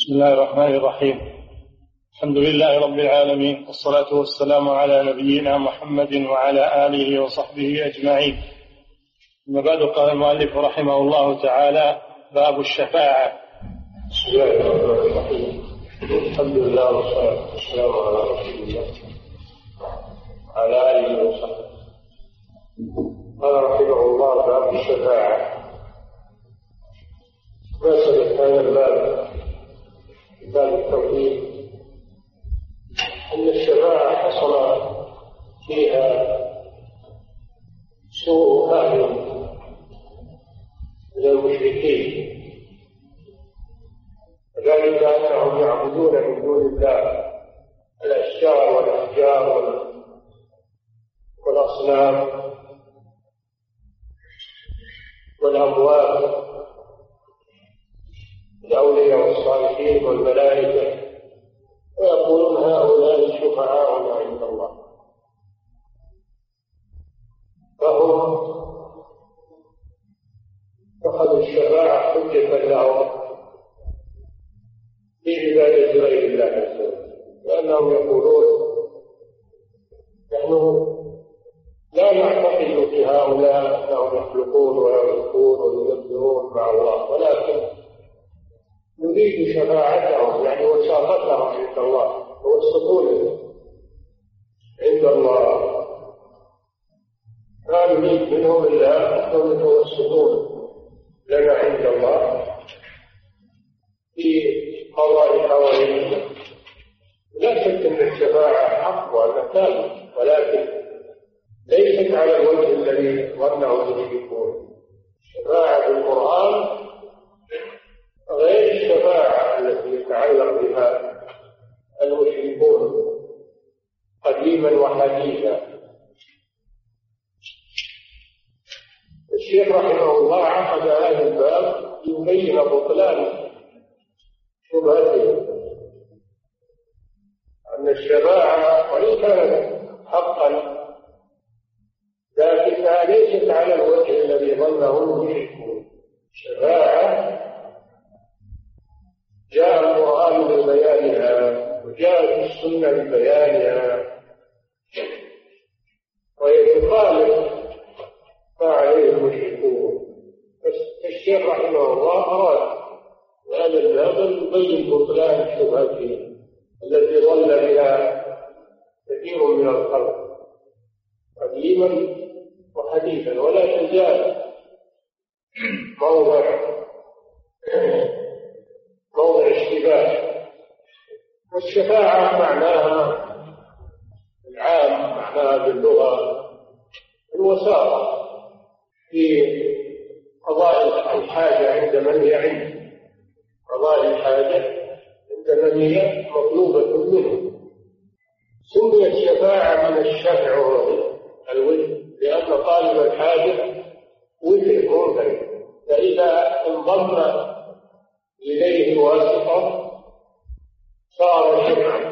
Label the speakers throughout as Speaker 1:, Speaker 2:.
Speaker 1: بسم الله الرحمن الرحيم. الحمد لله رب العالمين، والصلاة والسلام على نبينا محمد وعلى آله وصحبه أجمعين. أما بعد، قال المؤلف رحمه الله تعالى: باب الشفاعة.
Speaker 2: بسم الله الرحمن الرحيم. الحمد لله والصلاة والسلام على رسول الله وعلى آله وصحبه. قال رحمه الله: باب الشفاعة. نسبة هذا الباب باب التوحيد أن الشفاعة حصل فيها سوء فهم من المشركين، وذلك أنهم يعبدون من دون الله الأشجار والأحجار والأصنام والأموات، الأولياء والصالحين والملائكة، ويقولون هؤلاء شفعاؤنا عند الله. فهم اتخذوا الشفاعة حجة لهم في عبادة غير الله عز وجل، لأنهم يقولون نحن لا نعتقد في هؤلاء أنهم يخلقون ويرزقون ويدبرون مع الله، ولكن نريد شفاعتهم، يعني وساطتهم عند الله، توسطون عند الله. لا نريد منهم إلا أنهم يتوسطون لنا عند الله في قضاء حوائجنا. لا شك أن الشفاعة حق وأنها ثابتة، ولكن ليست على الوجه الذي ظنه المشركون. الشفاعة بالقرآن غير الشفاعة التي يتعلق بها المشركون قديما وحديثا. الشيخ رحمه الله عقد هذا الباب يبين بطلان شبهته أن الشفاعة وإن كانت حقا لكنها ليست على الوجه الذي ظنه المشركون. الشفاعة جاء القرآن ببيانها وجاءت السنة ببيانها، ويتخالف ما عليه المشركون. الشيخ رحمه الله أراد هذا الباب يبين بطلان شبهته التي ضل بها كثير من الخلق قديما وحديثا، ولا تزال موضع اشتباه. والشفاعة معناها العام، معناها باللغة الوساطة في قضاء الحاجة عند من هي عنده، قضاء الحاجة عند من هي مطلوبة منه. سميت شفاعة من الشفع الوجه، لأن طالب الحاجة وجه منفرد، فإذا انضم إليه واسطة صار شفعا.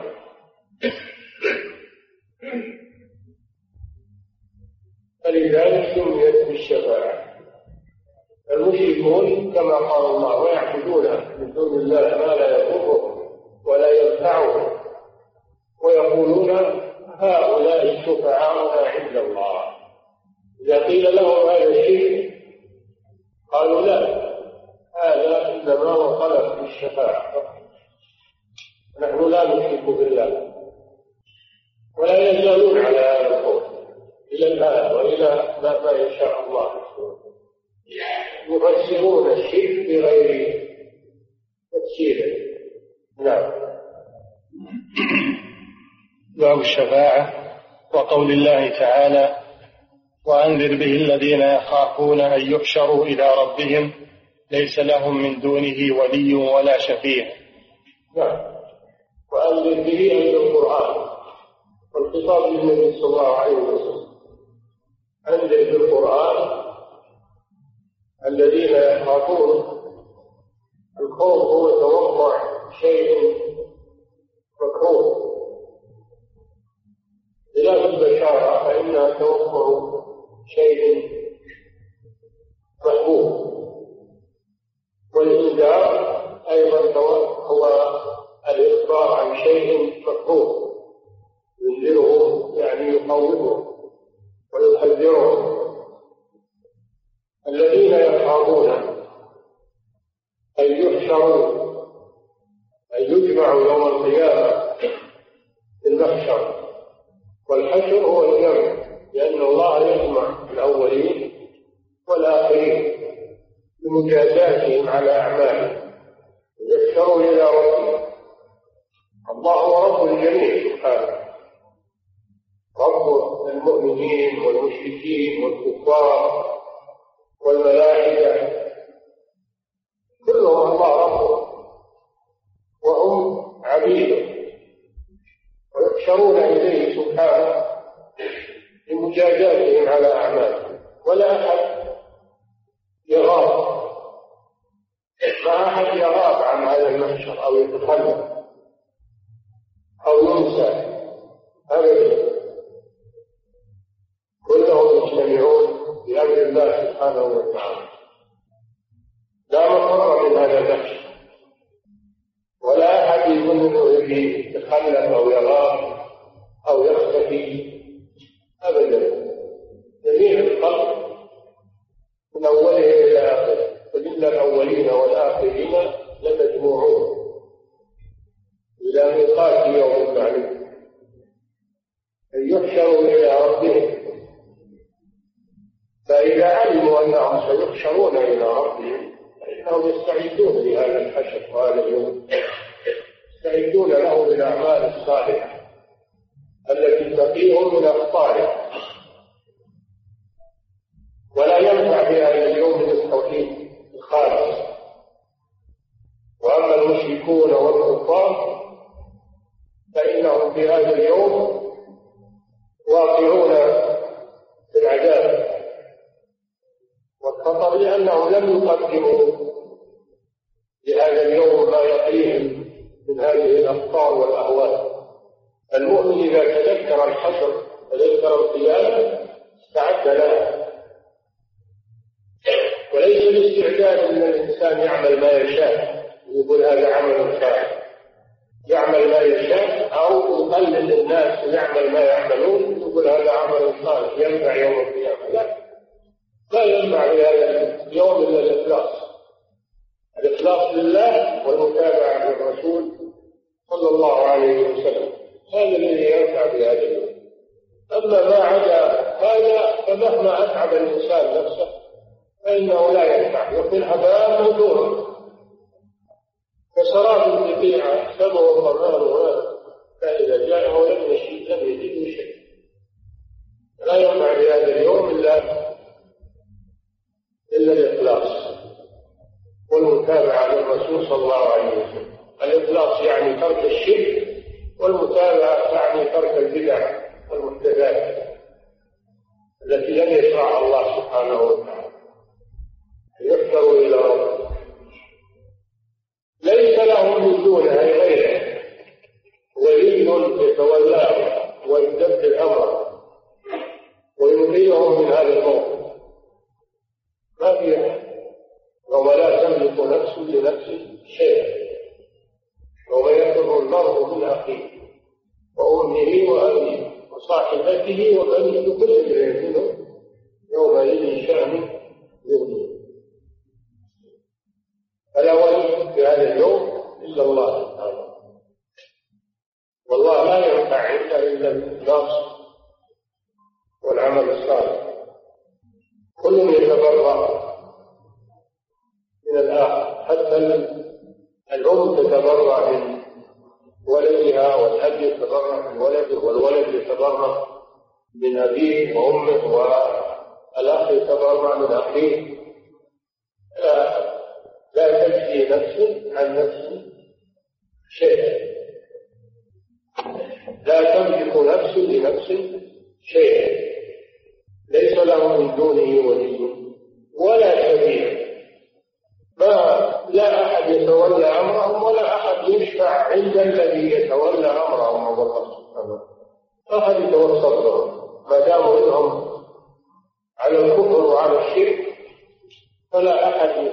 Speaker 2: فلذلك سميت بالشفاعة. المشركون كما قال الله: ويعبدون من دون الله ما لا يضرهم ولا ينفعهم ويقولون هؤلاء شفعاؤنا عند الله. إذا قيل لهم هذا الشيء قالوا: لا، هذا إنما هو طلب بالشفاعة، نحن لا نشرك بالله. ولا يزالون على هذا القول إلى الآن وإلى ما يشاء الله، يفسرون الشرك بغير تفسيره. نعم.
Speaker 1: باب الشفاعة. وقول الله تعالى: وأنذر به الذين يخافون أن يحشروا إلى ربهم ليس لهم من دونه ولي ولا شفيع.
Speaker 2: نعم. وأنذر به أي القرآن، والخطاب للنبي صلى الله عليه وسلم. أنذر بالقرآن الذين يخافون. الخوف هو توقع شيء مكروه، خلاف البشارة فإنها توقع شيء محبوب. والإنذار أيضا هو يجمع يوم القيامة في المحشر، والحشر هو الجمع، لأن الله يجمع الأولين والآخرين بمجازاتهم على أعمالهم يحشرون إلى ربهم. الله هو رب الجميع سبحانه، رب المؤمنين والمشركين والكفار والملائكة، كلهم الله ربهم وهم عبيده، ويحشرون إليه سبحانه بمجازاتهم على أعمالهم. ولا أحد يغاب، ما أحد يغاب عن هذا المحشر أو يتخلف أو ينسى أبدا، كلهم يجتمعون بأمر الله سبحانه وتعالى. لا مفر من هذا المحشر، ولا أحد يظن أنه يتخلف أو يغاب أو يختفي أبدا. جميع الخلق من أوله إلى آخره، وإن الأولين والآخرين لمجموعون إلى ميقات يوم معلوم، أن يحشروا إلى ربهم. فإذا علموا أنهم سيحشرون إلى ربهم فإنهم يستعدون لهذا الحشر وهذا اليوم، يستعدون له بالأعمال الصالحة التي تقيهم من أخطائهم. ولا ينفع في هذا اليوم من التوحيد الخالص. وأما المشركون والكفار فإنهم في هذا اليوم واقعون في العذاب والخطر، لأنهم لم يقدموا لهذا اليوم ما يقيهم من هذه الأخطار والأهوال. المؤمن إذا تذكر الحشر وتذكر القيامة استعد لها، وليس الاستعداد أن الإنسان يعمل ما يشاء يقول هذا عمل صالح، يعمل ما يشاء، أو يقلد الناس ويعمل ما يعملون يقول هذا عمل صالح ينفع يوم القيامة. لا ينفع في هذا اليوم إلا الإخلاص لله والمتابعة للرسول صلى الله عليه وسلم، هذا الذي ينفع في هذا اليوم. أما ما عدا هذا فمهما أتعب الإنسان نفسه فإنه لا ينفع، يكون هباء منثورا كسراب بقيعة يحسبه الظمآن فإذا جاءه لم يجده شيء. لا ينفع في هذا اليوم إلا الإخلاص والمتابعة للرسول صلى الله عليه وسلم. الإخلاص يعني ترك الشرك، والمتابعة يعني ترك البدع والمحدثات التي لم يشرعها الله سبحانه وتعالى. يحشروا إلى ربهم ليس لهم من دونه أي غيره ولي يتولاه ويدبر أمره وينقذهم من هذا الموقف. ما في أحد. يوم لا تملك نفس لنفس شيئا، يوم يفر المرء من أخيه وأمه وأبيه وصاحبته وبنيه كل امرئ منهم يومئذ شأن يغنيه. فلا ولي في هذا اليوم إلا الله سبحانه، والله لا ينفع عنده إلا الإخلاص والعمل الصالح. كل يتبرأ من الآخر، حتى الأم تتبرأ من ولدها، والأب يتبرأ من ولده، والولد يتبرأ من أبيه وأمه، والأخ يتبرأ من أخيه. لا تجزي نفس عن نفس شيئا، لا تملك نفس لنفس شيئا، ليس له من دونه ولي ولا شفيع. لا أحد يتولى أمرهم ولا أحد يشفع عند الذي يتولى أمرهم الله سبحانه. أحد يتوسط لهم ما داموا إنهم على الكفر وعلى الشرك، فلا أحد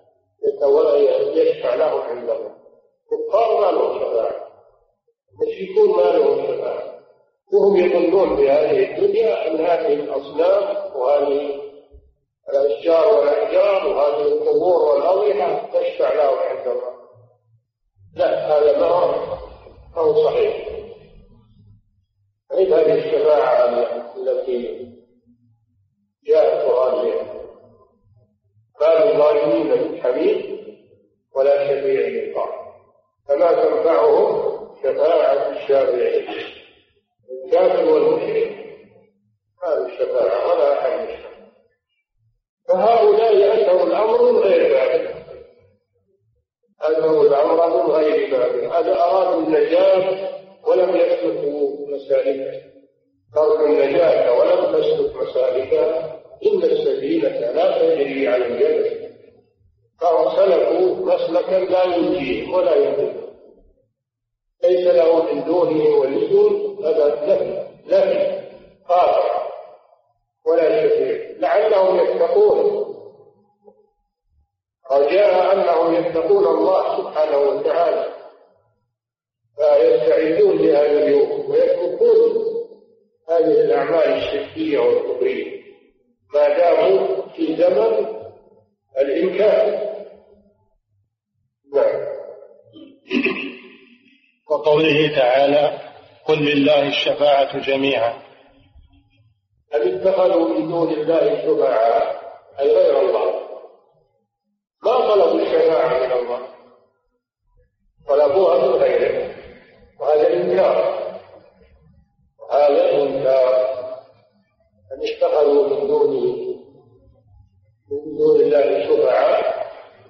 Speaker 2: يشفع لهم عندهم. كفار ما لهم شفاعة، مشركون ما لهم شفاعة، وهم يظنون بهذه الدنيا أن هذه الأصنام وهذه الأشجار والأحجار وهذه القبور والأضرحة تشفع له عند الله. لا، هذا ما هو هو صحيح. عيد هذه الشفاعة التي جاء القرآن بها: ما للظالمين من حميد ولا شفيع يطاع فما تنفعهم شفاعة الشافعين. الكافر والمشرك هذه الشفاعة ولا أحد يشفع. فهؤلاء أتوا الأمر من غير باب، أتوا الأمر من غير باب، هذا أرادوا النجاة ولم يسلكوا مسالكها، تركوا النجاة ولم تسلك مسالكها. إن السفينة لا تجري على الجبل، فهم سلكوا مسلكا لا ينجيهم ولا ينقذهم، ليس له من دونه ولي هذا نفي قاطع ولا شفيع لعلهم يتقون، رجاء أنهم يتقون الله سبحانه وتعالى فيستعدون لهذا اليوم ويتركون هذه الأعمال الشركية والكفرية ما داموا في زمن الإمكان. نعم.
Speaker 1: وقوله تعالى: قل لله الشفاعة جميعا.
Speaker 2: هل اتخذوا من دون الله شفعاء أي غير الله؟ ما طلبوا الشفاعة من الله، طلبوها من غيره، وهذا إنكار. وهذا إنكار أن اتخذوا من دون الله شفعاء.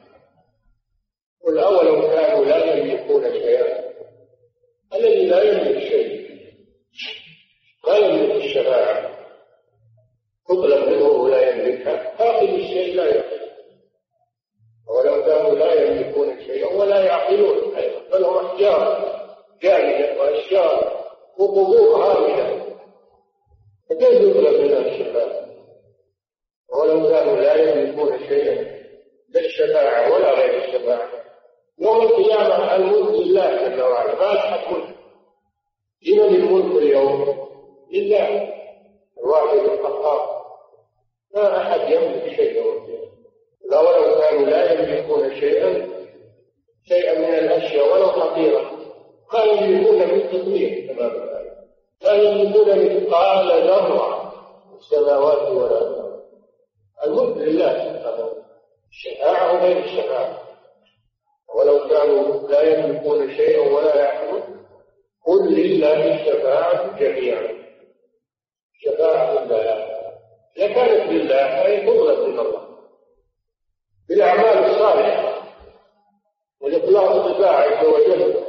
Speaker 2: والأول كانوا لا يملكون شيئا. الذي لا يملك شيء لا يملك الشفاعة، تطلب منه ولا يملكها، آخذ الشيء لا يملك. ولو كانوا لا يملكون شيئا ولا يعقلون أيضا، بل هم أحجار جامدة وأشجار وقبور هامدة، فكيف يطلب منها الشفاعة؟ ولو كانوا لا يملكون شيئا، لا الشفاعة ولا غير الشفاعة. يوم القيامة الملك لله جل وعلا، ما أحد ملك. لمن الملك اليوم؟ لله الواحد القهار، ما أحد يملك شيئا يوم القيامة. ولو كانوا لا يملكون شيئا من الأشياء ولو حقيرا، ما يملكون من تطوير كما قال، لا يملكون مثقال ذرة في السماوات ولا الأرض. الملك لله سبحانه، الشفاعة غير الشفاعة. ولو كانوا لا يملكون شيئا ولا يعقلون قل لله الشفاعة جميعا. شفاعة لله إذا كانت لله فهي فضلت من الله بالأعمال الصالحة والإخلاص لله عز وجل،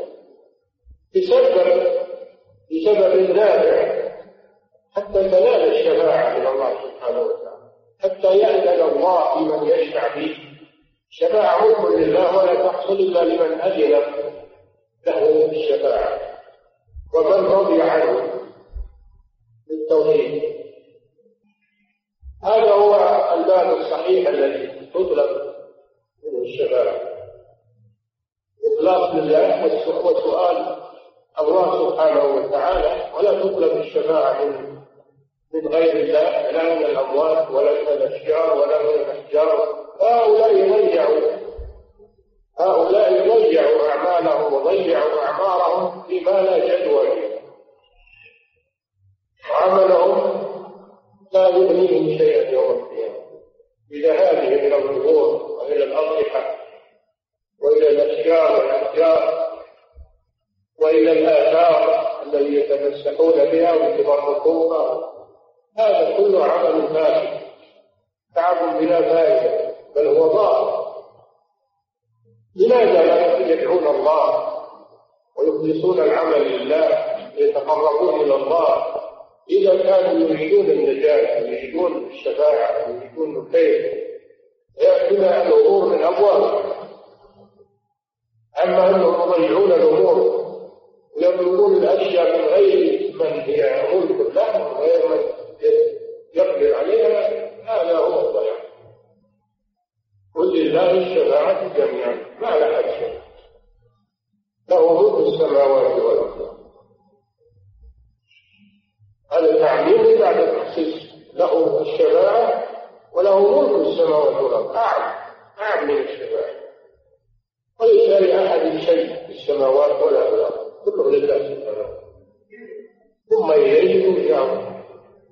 Speaker 2: بسبب نافع حتى تنال الشفاعة من الله سبحانه وتعالى، حتى يأذن الله لمن يشفع به. الشفاعة ملك لله ولا تحصل إلا لمن أذن له بالشفاعة ومن رضي عنه بالتوحيد. هذا هو الباب الصحيح الذي تطلب منه الشفاعة، إخلاص لله وسؤال الله سبحانه وتعالى، ولا تطلب الشفاعة من غير الله، لا من الأموات ولا من الأشجار ولا من الأحجار. هؤلاء يضيعوا أعمالهم وضيعوا أعمارهم فيما لا جدوى فيه، وعملهم لا يغنيهم شيئا يوم القيامة بذهابهم إلى القبور وإلى الأضرحة وإلى الأشجار والأحجار وإلى الآثار التي يتمسكون بها ويتبركونها. هذا كله عمل فاسد، تعب بلا فائدة، بل هو ضار. لماذا لا يدعون الله ويخلصون العمل لله ليتقربون إلى الله إذا كانوا يريدون النجاة ويريدون الشفاعة ويريدون الخير؟ يأتون الأمور من أبواب، أما أنهم يضيعون الأمور ويملكون الأشياء من غير من هي ملك له وغير من يقدر عليها، هذا هو الضياع. قل لله الشفاعة جميعا، ما لا أحد شيء، له ملك السماوات والأرض. هذا تعميم بعد التخصيص، له الشفاعة وله ملك السماوات والأرض، أعم من الشفاعة. وليس لأحد شيء في السماوات ولا في الأرض، كله لله سبحانه ثم إليه ترجعون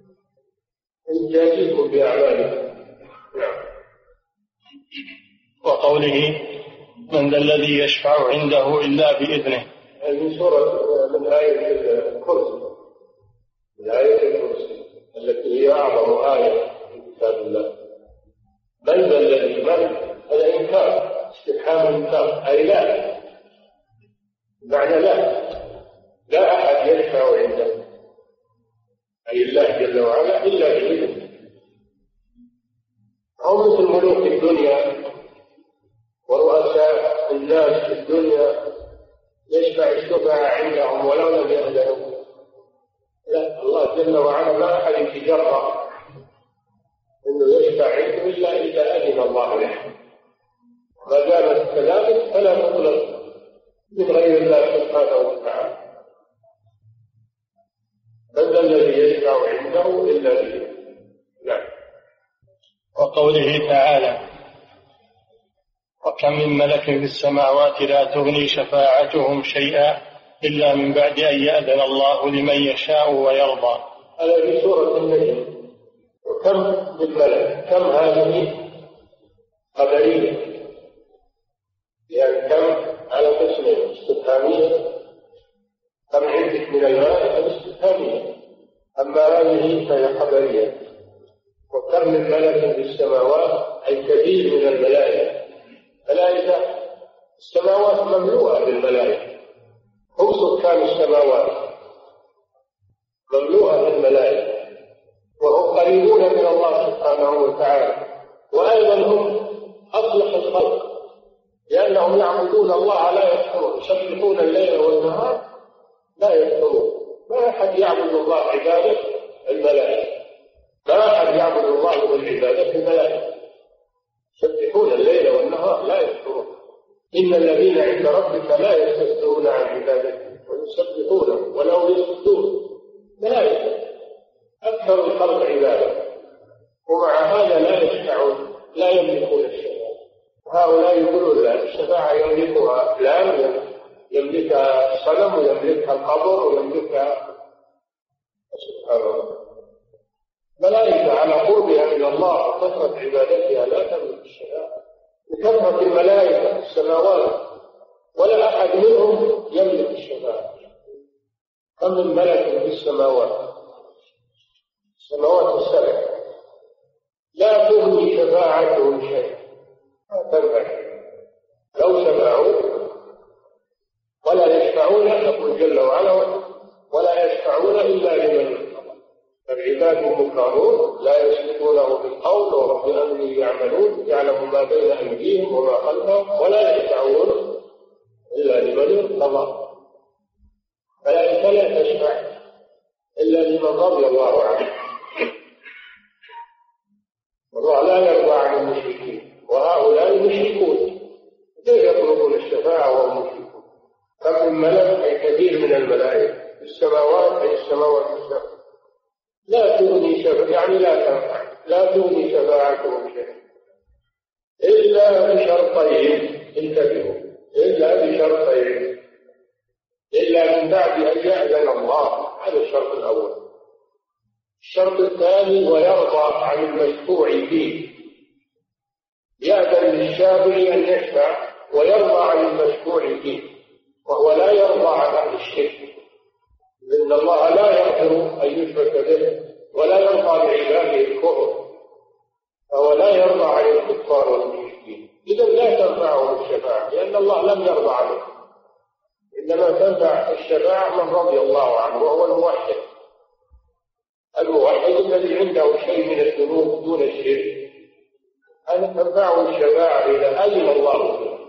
Speaker 2: يجازيكم بأعمالكم.
Speaker 1: وقوله من ذا الذي يشفع عنده إلا بإذنه.
Speaker 2: هذه سورة من آية الكرسي، من آية الكرسي التي هي أعظم آية في كتاب الله. من ذا الذي هذا إنكار، استفهام إنكار، أي لا، معنى لا أحد يشفع عنده، أي الله جل وعلا إلا بإذنه. أو مثل ملوك الدنيا ورؤساء الناس في الدنيا يشفع الشفعاء عندهم ولو لم يأذنوا. لا، الله جل وعلا ما أحد يتجرأ إنه يشفع عنده إلا إذا أذن الله له. ما دامت كذلك فلا تطلب من غير الله سبحانه وتعالى. من ذا الذي يشفع عنده إلا بإذنه. نعم.
Speaker 1: وقوله تعالى وكم من ملك في السماوات لا تغني شفاعتهم شيئا إلا من بعد أن يأذن الله لمن يشاء ويرضى.
Speaker 2: هذا في سورة النجم. وكم من ملك، كم هذه خبرية، يعني كم على قسمين، استفهامية، كم عندك من الملائكة استفهامية، أما هذه فهي خبرية. وكم من ملك في السماوات أي كثير من الملائكة. السماوات مملوءة بالملائكة، هم سكان السماوات مملوءة بالملائكة، وهم قريبون من الله سبحانه وتعالى، وأيضا هم أصلح الخلق لأنهم يعبدون الله لا يكفرون، يسبحون الليل والنهار لا يكفرون. ما أحد يعبد الله عبادة الملائكة، ما أحد يعبد الله بالعبادة الملائكة، يسبحون الليل والنهار لا يكفرون. إن الذين عند ربك لا يستكبرون عن عبادته ويسبحونه وله يسجدون. ملائكة أكثر الخلق عبادة، ومع هذا لا يشفعون، لا يملكون الشفاعة. وهؤلاء يقولون لا، الشفاعة يملكها فلان، يملكها الصنم ويملكها القبر ويملكها سبحان الله. ملائكة على قربها من الله وكثرة عبادتها لا تملك الشفاعة، بكثرة الملائكة في السماوات ولا أحد منهم يملك الشفاعة. كم من ملك في السماوات السبع لا تغني شفاعتهم شيئا، ما تنفع لو سمعوا ولا يشفعون، يقول جل وعلا ولا يشفعون إلا لمن ارتضى. فالعباد مكرمون لا يسبقونه بالقول وهم بأمره يعملون، يعلم ما بين أيديهم وما خلفهم، ولا يشفعون إلا لمن ارتضى. فلا تشفع إلا لمن رضي الله عنه. الله لا يرضى عن المشركين، وهؤلاء مشركون، كيف يطلبون الشفاعة وهم مشركون؟ كم من ملك أي كثير من الملائكة في السماوات أي السماوات السبع لا تغني شفاعة، يعني لا تنفع، لا تغني شفاعتهم شيئا إلا بشرطين، انتبهوا، إلا بشرطين، إلا من بعد أن يأذن الله. هذا الشرط الأول. الشرط الثاني ويرضى عن المشفوع فيه، يأذن للشافع أن يشفع ويرضى عن المشفوع فيه، وهو لا يرضى عن أهل الشرك، لأن الله لا يغفر أن يشرك به ولا يرضى لعباده الكفر، فهو لا يرضى عن الكفار والمشركين. إذا لا تنفعهم الشفاعة لأن الله لم يرضى عنه، إنما تنفع الشفاعة من رضي الله عنه وهو الموحد الذي عنده شيء من الذنوب دون الشرك، هذا تنفعه الشفاعة إذا أذن الله به.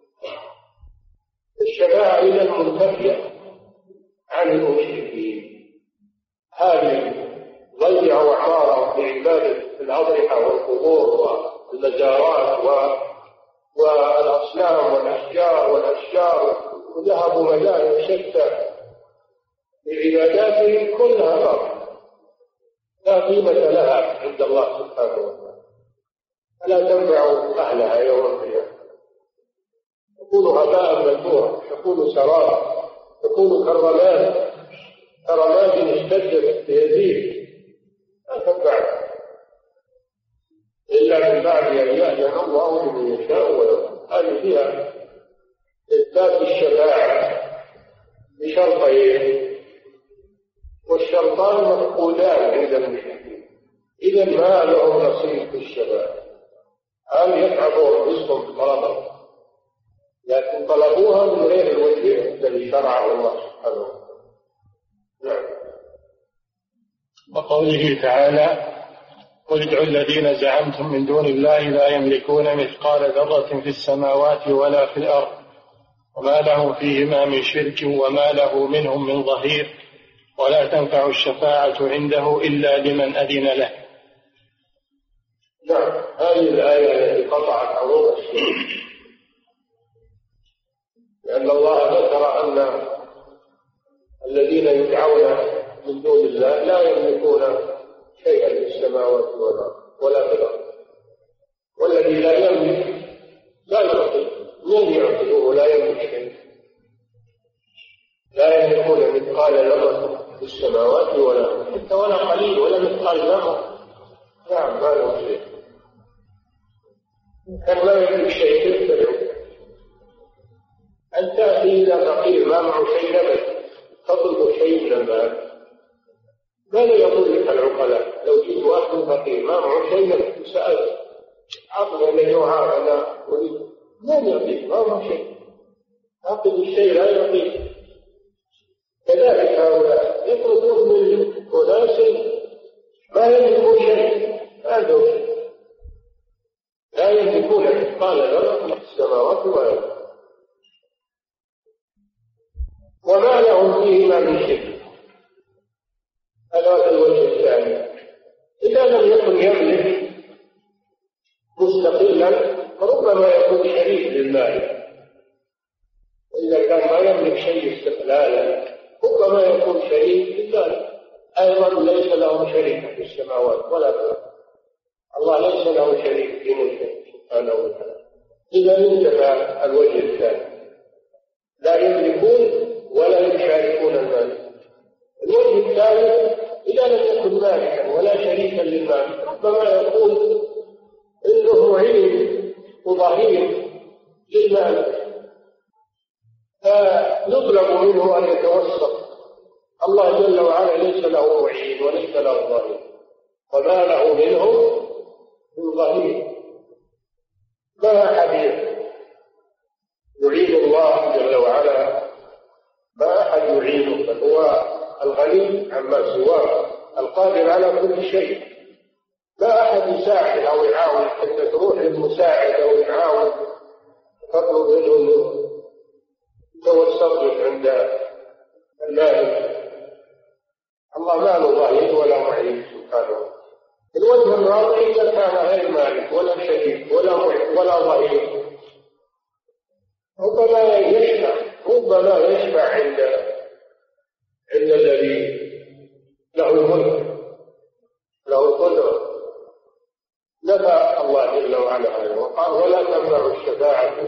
Speaker 2: الشفاعة إذا المنتفية عن المشركين، هذه ضيعوا أعمارهم بعبادة الأضرحة والقبور والمزارات والأصنام والأشجار وذهبوا مذاهب شتى بعباداتهم كلها باطلة لا قيمة لها عند الله سبحانه وتعالى، فلا تنفع أهلها يوم القيامة، تكون هباء منثورا، تكون سرابا تكون كرامات اشتدت بيزيد لا تنفع إلا من بعد أن يأذن الله لمن يشاء ويرضى. هذه فيها إثبات الشفاعة بشرطين، والشرطان مفقودان عند المشركين، إذا ما لهم نصيب في الشفاعة. هل يتعبوا أنفسهم طلبا، لكن طلبوها من غير الوجه الذي شرعه الله سبحانه وتعالى. نعم.
Speaker 1: وقوله تعالى: قل ادعوا الذين زعمتم من دون الله لا يملكون مثقال ذرة في السماوات ولا في الأرض وما لهم فيهما من شرك وما له منهم من ظهير ولا تنفع الشفاعة عنده إلا لمن أذن له.
Speaker 2: نعم، هذه الآية التي قطعت عروض الشرك، لأن الله ذكر أن الذين يدعون من دون الله لا يملكون شيئا في السماوات والأرض ولا في الأرض، والذي لا يملك لا يعطي، من يعطيه لا يملك شيء، لا يملكون مثقال ذرة في السماوات ولا حتى ولا قليل ولا مثقال ذرة. نعم، ما له شيء، كان لا يملك شيء كيف تدعو؟ أن تأتي إلى فقير ما معه شيء أبدا تطلب شيء من المال، ماذا يقول لك العقلاء؟ لو جئت واحد فقير ما معه شيء سألت أعطني من يوعى أنا أريد، من يعطيك؟ ما معه شيء، أعطني الشيء لا يعطيك. كذلك هؤلاء يطلبون من أناس ما يملكون شيء، ما عندهم شيء، لا يملكون مثقال ذرة في السماوات والأرض وما لهم فيهما من شرك. هذا الوجه الثاني. إذا لم يكن يملك مستقلا فربما يكون شريك للمال، وإذا كان ما يملك شيء استقلالا ربما يكون شريك للمال. أيضا ليس له شريك في السماوات ولا في الأرض، الله ليس له شريك في ملكه سبحانه وتعالى. إذا انتفى الوجه الثاني، لا يملكون ولا يشاركون المال. الوجه الثالث، إذا لم يكن مالكا ولا شريكا للمال ربما يكون إنه معين وظهير للمال، فنطلب منه أن يتوسط. الله جل وعلا ليس له معين وليس له ظهير، وما له منه من ظهير. ما أحد يعين الله جل وعلا، ما أحد يعينه، بل هو الغني عما سواه القادر على كل شيء. ما أحد يساعد أو يعاون، حتى تروح للمساعد أو يعاون تطلب منه أنه يتوسط عند المالك. الله ما له ظهير ولا معين سبحانه. الوجه الرابع، إذا كان غير مالك ولا شريك ولا ظهير ربما يشفع عند الذي له الملك له القدرة. نفى الله جل وعلا هذا وقال: ولا تنفع الشفاعة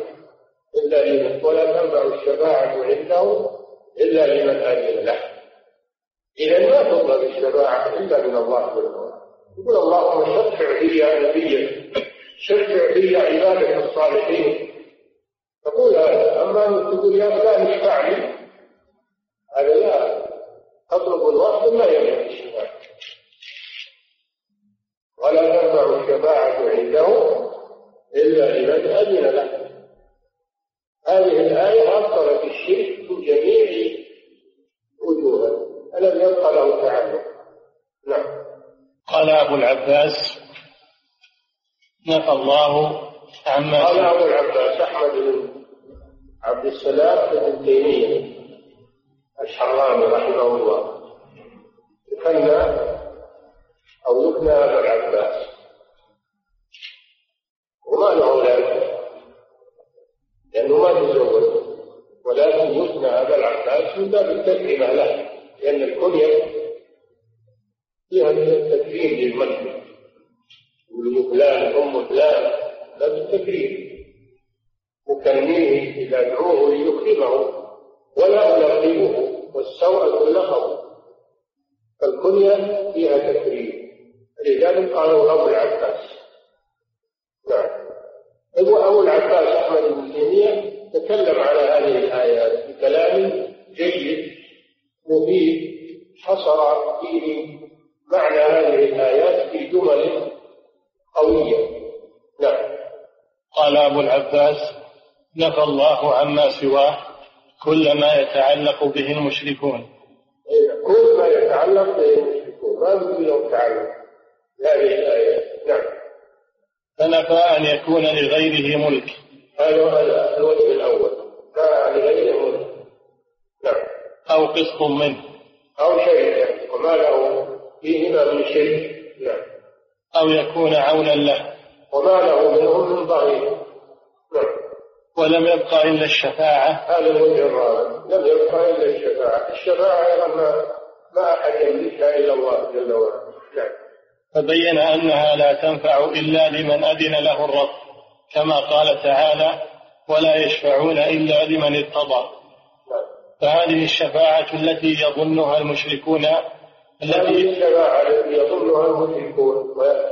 Speaker 2: عنده إلا لمن أذن له. إذا ما تطلب الشفاعة إلا من الله جل وعلا. يقول: اللهم شفع لي يا نبي، شفع لي عبادك الصالحين. تقول هذا. أما تقول يا فلان اشفع لي، هذا لا. تطلب الوقت ما يملك الشفاعة. ولا تنفع الشفاعة عنده إلا لمن أذن له. هذه الآية أبطلت الشرك من جميع وجوهه، ألم يبقى له تعلق. نعم.
Speaker 1: قال أبو العباس نفى الله عما
Speaker 2: قال أبو العباس أحمد بن عبد السلام بن تيمية الحراني رحمه الله، يكنى أبا العباس، وما له أولاد لأنه ما تزوج، ولكن يكنى أبا العباس من باب التكريم له، لأن الكنية فيها من التكريم للمسلم، يقول فلان أم فلان، باب التكريم، مكنيه إذا دعوه ليكرمه، ولا لقبه، والسوءة اللقب، فالكنية فيها تكريم، لذلك قالوا أبو العباس. نعم. أبو العباس أحمد بن تيمية تكلم على هذه الآيات بكلام جيد مفيد، حصر فيه معنى هذه الآيات في جمل قوية. نعم.
Speaker 1: قال أبو العباس: نفى الله عما سواه كل ما يتعلق به المشركون.
Speaker 2: كل ما يتعلق به المشركون، ما يمكن له تعلق هذه الآيات. نعم.
Speaker 1: فنفى أن يكون لغيره ملك.
Speaker 2: هذا الوجه الأول، ما لغيره ملك. نعم.
Speaker 1: أو قسط منه،
Speaker 2: أو شيء وما له فيهما من شيء. نعم.
Speaker 1: أو يكون عونا له،
Speaker 2: وما له منهم من ظهير. نعم.
Speaker 1: ولم يبقى إلا الشفاعة.
Speaker 2: هذا الوجه الرابع، لم يبقى إلا الشفاعة. الشفاعة أيضا ما أحد يملكها إلا الله جل وعلا. نعم.
Speaker 1: فبين أنها لا تنفع إلا لمن أذن له الرب، كما قال تعالى: ولا يشفعون إلا لمن ارتضى. فهذه الشفاعة التي يظنها المشركون،
Speaker 2: هذه الشفاعة التي يظنها المشركون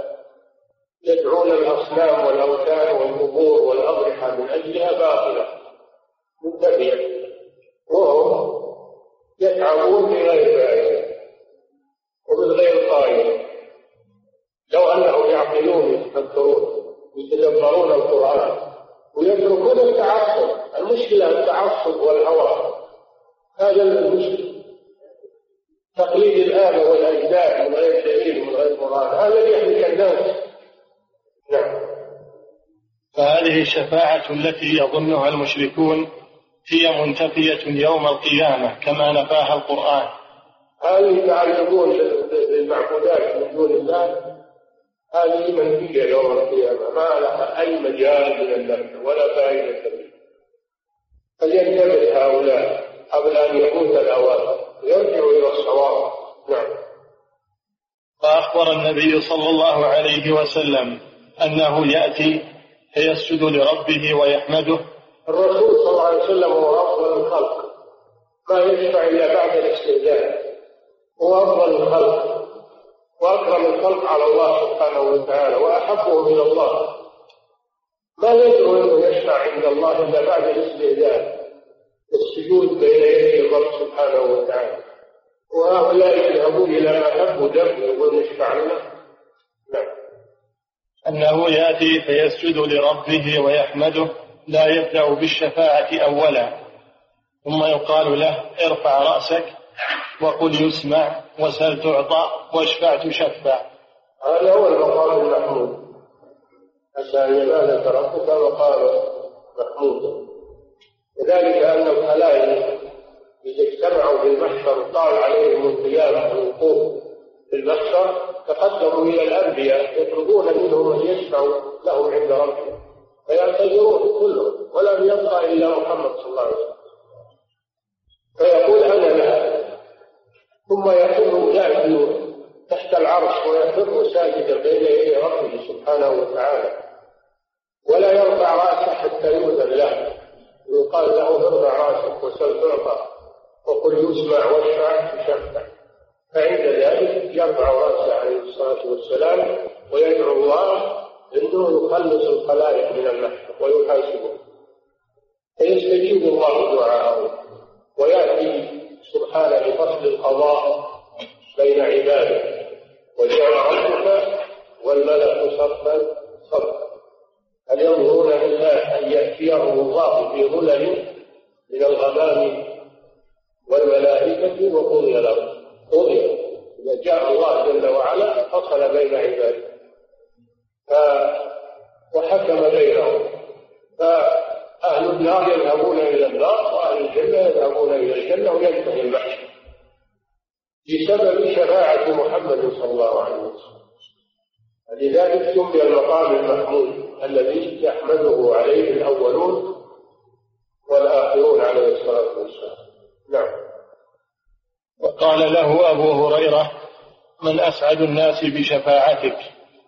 Speaker 2: ويدعون الأصنام والأوثان والقبور والأضرحة من أجلها باطلة منتفية، وهم يتعبون بغير فائدة ومن غير قائل. لو أنهم يعقلون يتفكرون يتدبرون القرآن ويتركون التعصب. المشكلة التعصب والهوى، هذا المشكلة. تقليد الآباء والأجداد من غير دليل ومن غير قرآن، هذا اللي يهلك الناس. نعم.
Speaker 1: فهذه الشفاعة التي يظنها المشركون هي منتفية يوم القيامة كما نفاها القرآن.
Speaker 2: هذه يتعلقون بالمعبودات من دون الله، هذه منفية يوم القيامة، ما لها أي مجال من النفع ولا فائدة فيه. فلينتبه هؤلاء قبل أن يموت الأوان ويرجعوا إلى الصواب. نعم.
Speaker 1: فأخبر النبي صلى الله عليه وسلم أنه يأتي فيسجد لربه ويحمده.
Speaker 2: الرسول صلى الله عليه وسلم هو أفضل الخلق، ما يشفع إلا بعد الاستئذان، هو أفضل الخلق وأكرم الخلق على الله سبحانه وتعالى وأحبهم إلى الله. ما يدعو أنه يشفع عند الله إلا بعد الاستئذان، السجود بين يدي الرب سبحانه وتعالى. وهؤلاء يذهبون إلى ما حب دم يقول نشفع لنا. نعم.
Speaker 1: أنه يأتي فيسجد لربه ويحمده، لا يبدأ بالشفاعة أولا، ثم يقال له: ارفع رأسك وقل يسمع وسل تعطى واشفع تشفع.
Speaker 2: هذا هو المقام المحمود، حتى أن ينالك ربك مقام محمود. وذلك أن الخلائق إذا اجتمعوا في المحشر طال عليهم القيام والوقوف في المحشر تقدموا إلى الأنبياء يطلبون منهم أن يشفعوا لهم عند ربهم، فيعتذرون كلهم ولم يبقى إلا محمد صلى الله عليه وسلم، فيقول أنا لا، ثم يكون جالس تحت العرش ويخر ساجدا بين يدي ربه سبحانه وتعالى، ولا يرفع رأسه حتى يؤذن له، يقال له ارفع رأسك وسل تعطى وقل يسمع واشفع تشفع. فعند ذلك يرفع رأسه عليه الصلاة والسلام ويدعو الله انه يخلص الخلائق من المحشر ويحاسبهم، فيستجيب الله دعاءه ويأتي سبحانه لفصل القضاء بين عباده، وجاء ربك والملك صفا صفا، هل ينظرون إلا أن يأتيهم الله في ظلل من الغمام والملائكة وقضي الأمر. قضي إذا جاء الله جل وعلا فصل بين عباده وحكم بينهم، فأهل النار يذهبون إلى النار وأهل الجنة يذهبون إلى الجنة وينتهي المحشر بسبب شفاعة محمد صلى الله عليه وسلم. لذلك سمي المقام المحمود الذي يحمده عليه الأولون والآخرون عليه الصلاة والسلام. نعم.
Speaker 1: وقال له أبو هريرة: من أسعد الناس بشفاعتك؟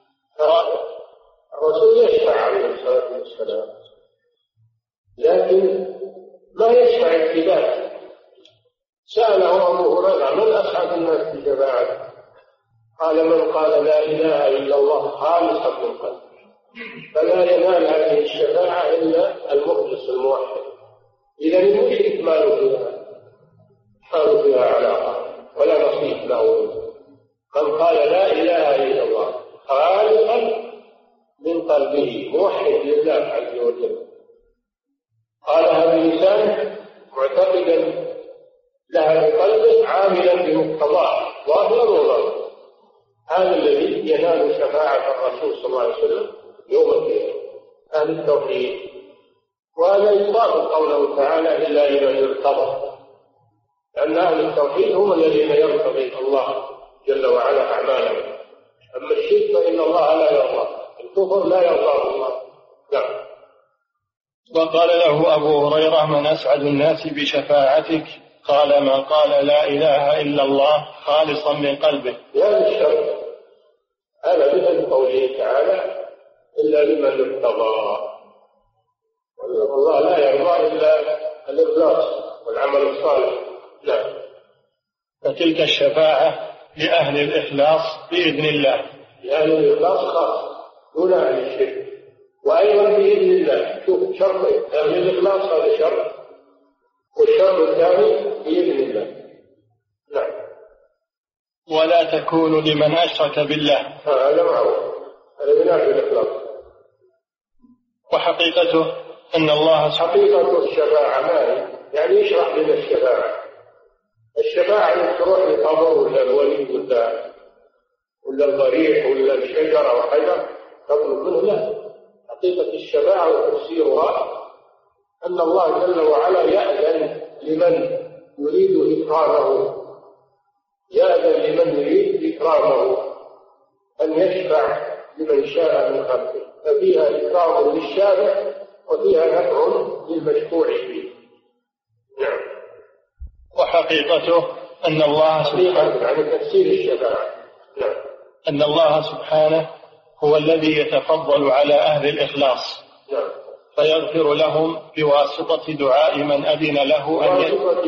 Speaker 2: الرسول يشفع عليه الصلاة والسلام، لكن ما يشفع ابتداء، سأله أبو هريرة: من أسعد الناس بشفاعته؟ قال: من قال لا إله إلا الله خالصا من قلبه. فلا ينال هذه الشفاعة إلا المخلص الموحد. إذا المشرك ما له فيها علاقة ولا نصيب له. من قال لا إله إلا الله خالصا من قلبه موحد لله عز وجل، قالها بلسانه معتقدا لها بقلبه عاملا بمقتضاه ظاهرا وباطنا، هذا الذي ينال شفاعة الرسول صلى الله عليه وسلم يوم القيامة، أهل التوحيد. وهذا يطابق قوله تعالى: إلا لمن ارتضى، لأن أهل التوحيد هم الذين يرتضي الله جل وعلا أعمالهم. أما الشرك فإن الله لا يرضى، الكفر لا يرضاه الله. نعم.
Speaker 1: وقال له أبو هريرة: من أسعد الناس بشفاعتك؟ قال: من قال لا إله إلا الله خالصا من قلبه.
Speaker 2: هذا الشرط هذا مثل قوله تعالى: إلا لمن ارتضى، والله لا يرضى إلا الإخلاص والعمل الصالح. نعم.
Speaker 1: فتلك الشفاعة لأهل الإخلاص بإذن الله،
Speaker 2: لأهل الإخلاص خاص دون أهل الشرك، وأيضا بإذن الله. شوف شرطين: أهل الإخلاص هذا شرط، والشرط الثاني بإذن الله. نعم.
Speaker 1: ولا تكون لمن أشرك بالله،
Speaker 2: هذا معروف، هذا من أهل الإخلاص.
Speaker 1: وحقيقته أن الله
Speaker 2: حقيقة الشفاعة ما يعني يشرح لنا الشفاعة. الشفاعة تروح للقبر ولا الولي ولا الضريح ولا الشجرة وحجر تطلب منه، لا. حقيقة الشفاعة وتفسيرها أن الله جل وعلا يأذن لمن يريد إكرامه، يأذن لمن يريد إكرامه أن يشفع لمن شاء من خلقه، ففيها إكرام للشافع وفيها نفع للمشفوع فيه. نعم.
Speaker 1: وحقيقته أن الله سبحانه
Speaker 2: يعني تفسير الشفاعة. نعم.
Speaker 1: أن الله سبحانه هو الذي يتفضل على أهل الإخلاص.
Speaker 2: نعم.
Speaker 1: فيغفر لهم بواسطة دعاء من أذن له
Speaker 2: بواسطة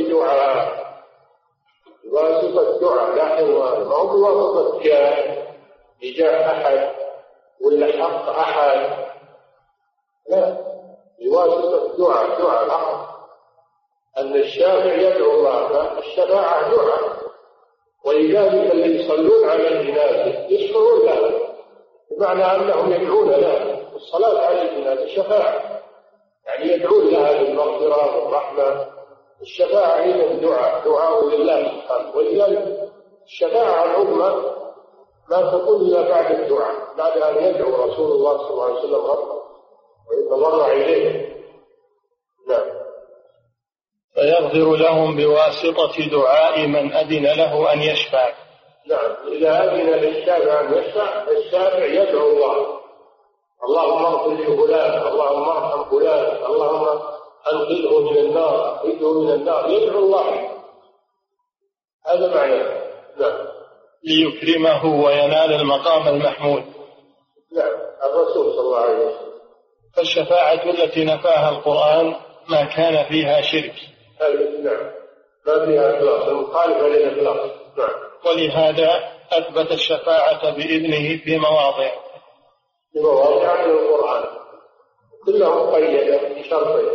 Speaker 2: دعاء، لكن ما هو بواسطة جاه أحد ولا حق أحد، لا، بواسطة دعاء الحق. أن الشافع يدعو الله، الشفاعة دعاء، ولذلك اللي يصلون على الجنازة يشكرون له، بمعنى أنهم يدعون له. الصلاة على الجنازة شفاعة، يعني يدعون لها بالمغفرة والرحمة. الشفاعة هي دعاء لله سبحانه، ولذلك الشفاعة العظمى ما تكون إلا بعد الدعاء، بعد أن يدعو رسول الله صلى الله عليه وسلم ربه ويتضرع إليه. نعم.
Speaker 1: فيغفر لهم بواسطة دعاء من أذن له أن يشفع.
Speaker 2: نعم. إذا أذن للشافع أن يشفع، الشافع يدعو الله: اللهم اغفر لفلان، اللهم ارحم فلان، اللهم أنقذه من النار، أخرجه من النار، يدعو الله. هذا معناه. نعم.
Speaker 1: ليكرمه وينال المقام المحمود.
Speaker 2: نعم. الرسول صلى الله عليه وسلم.
Speaker 1: فالشفاعة التي نفاها القرآن ما كان فيها شرك.
Speaker 2: نعم. ما فيها إخلاص، المخالفة للإخلاص. نعم.
Speaker 1: ولهذا أثبت الشفاعة بإذنه في مواضع
Speaker 2: من القرآن، كلها مقيدة بشرطين: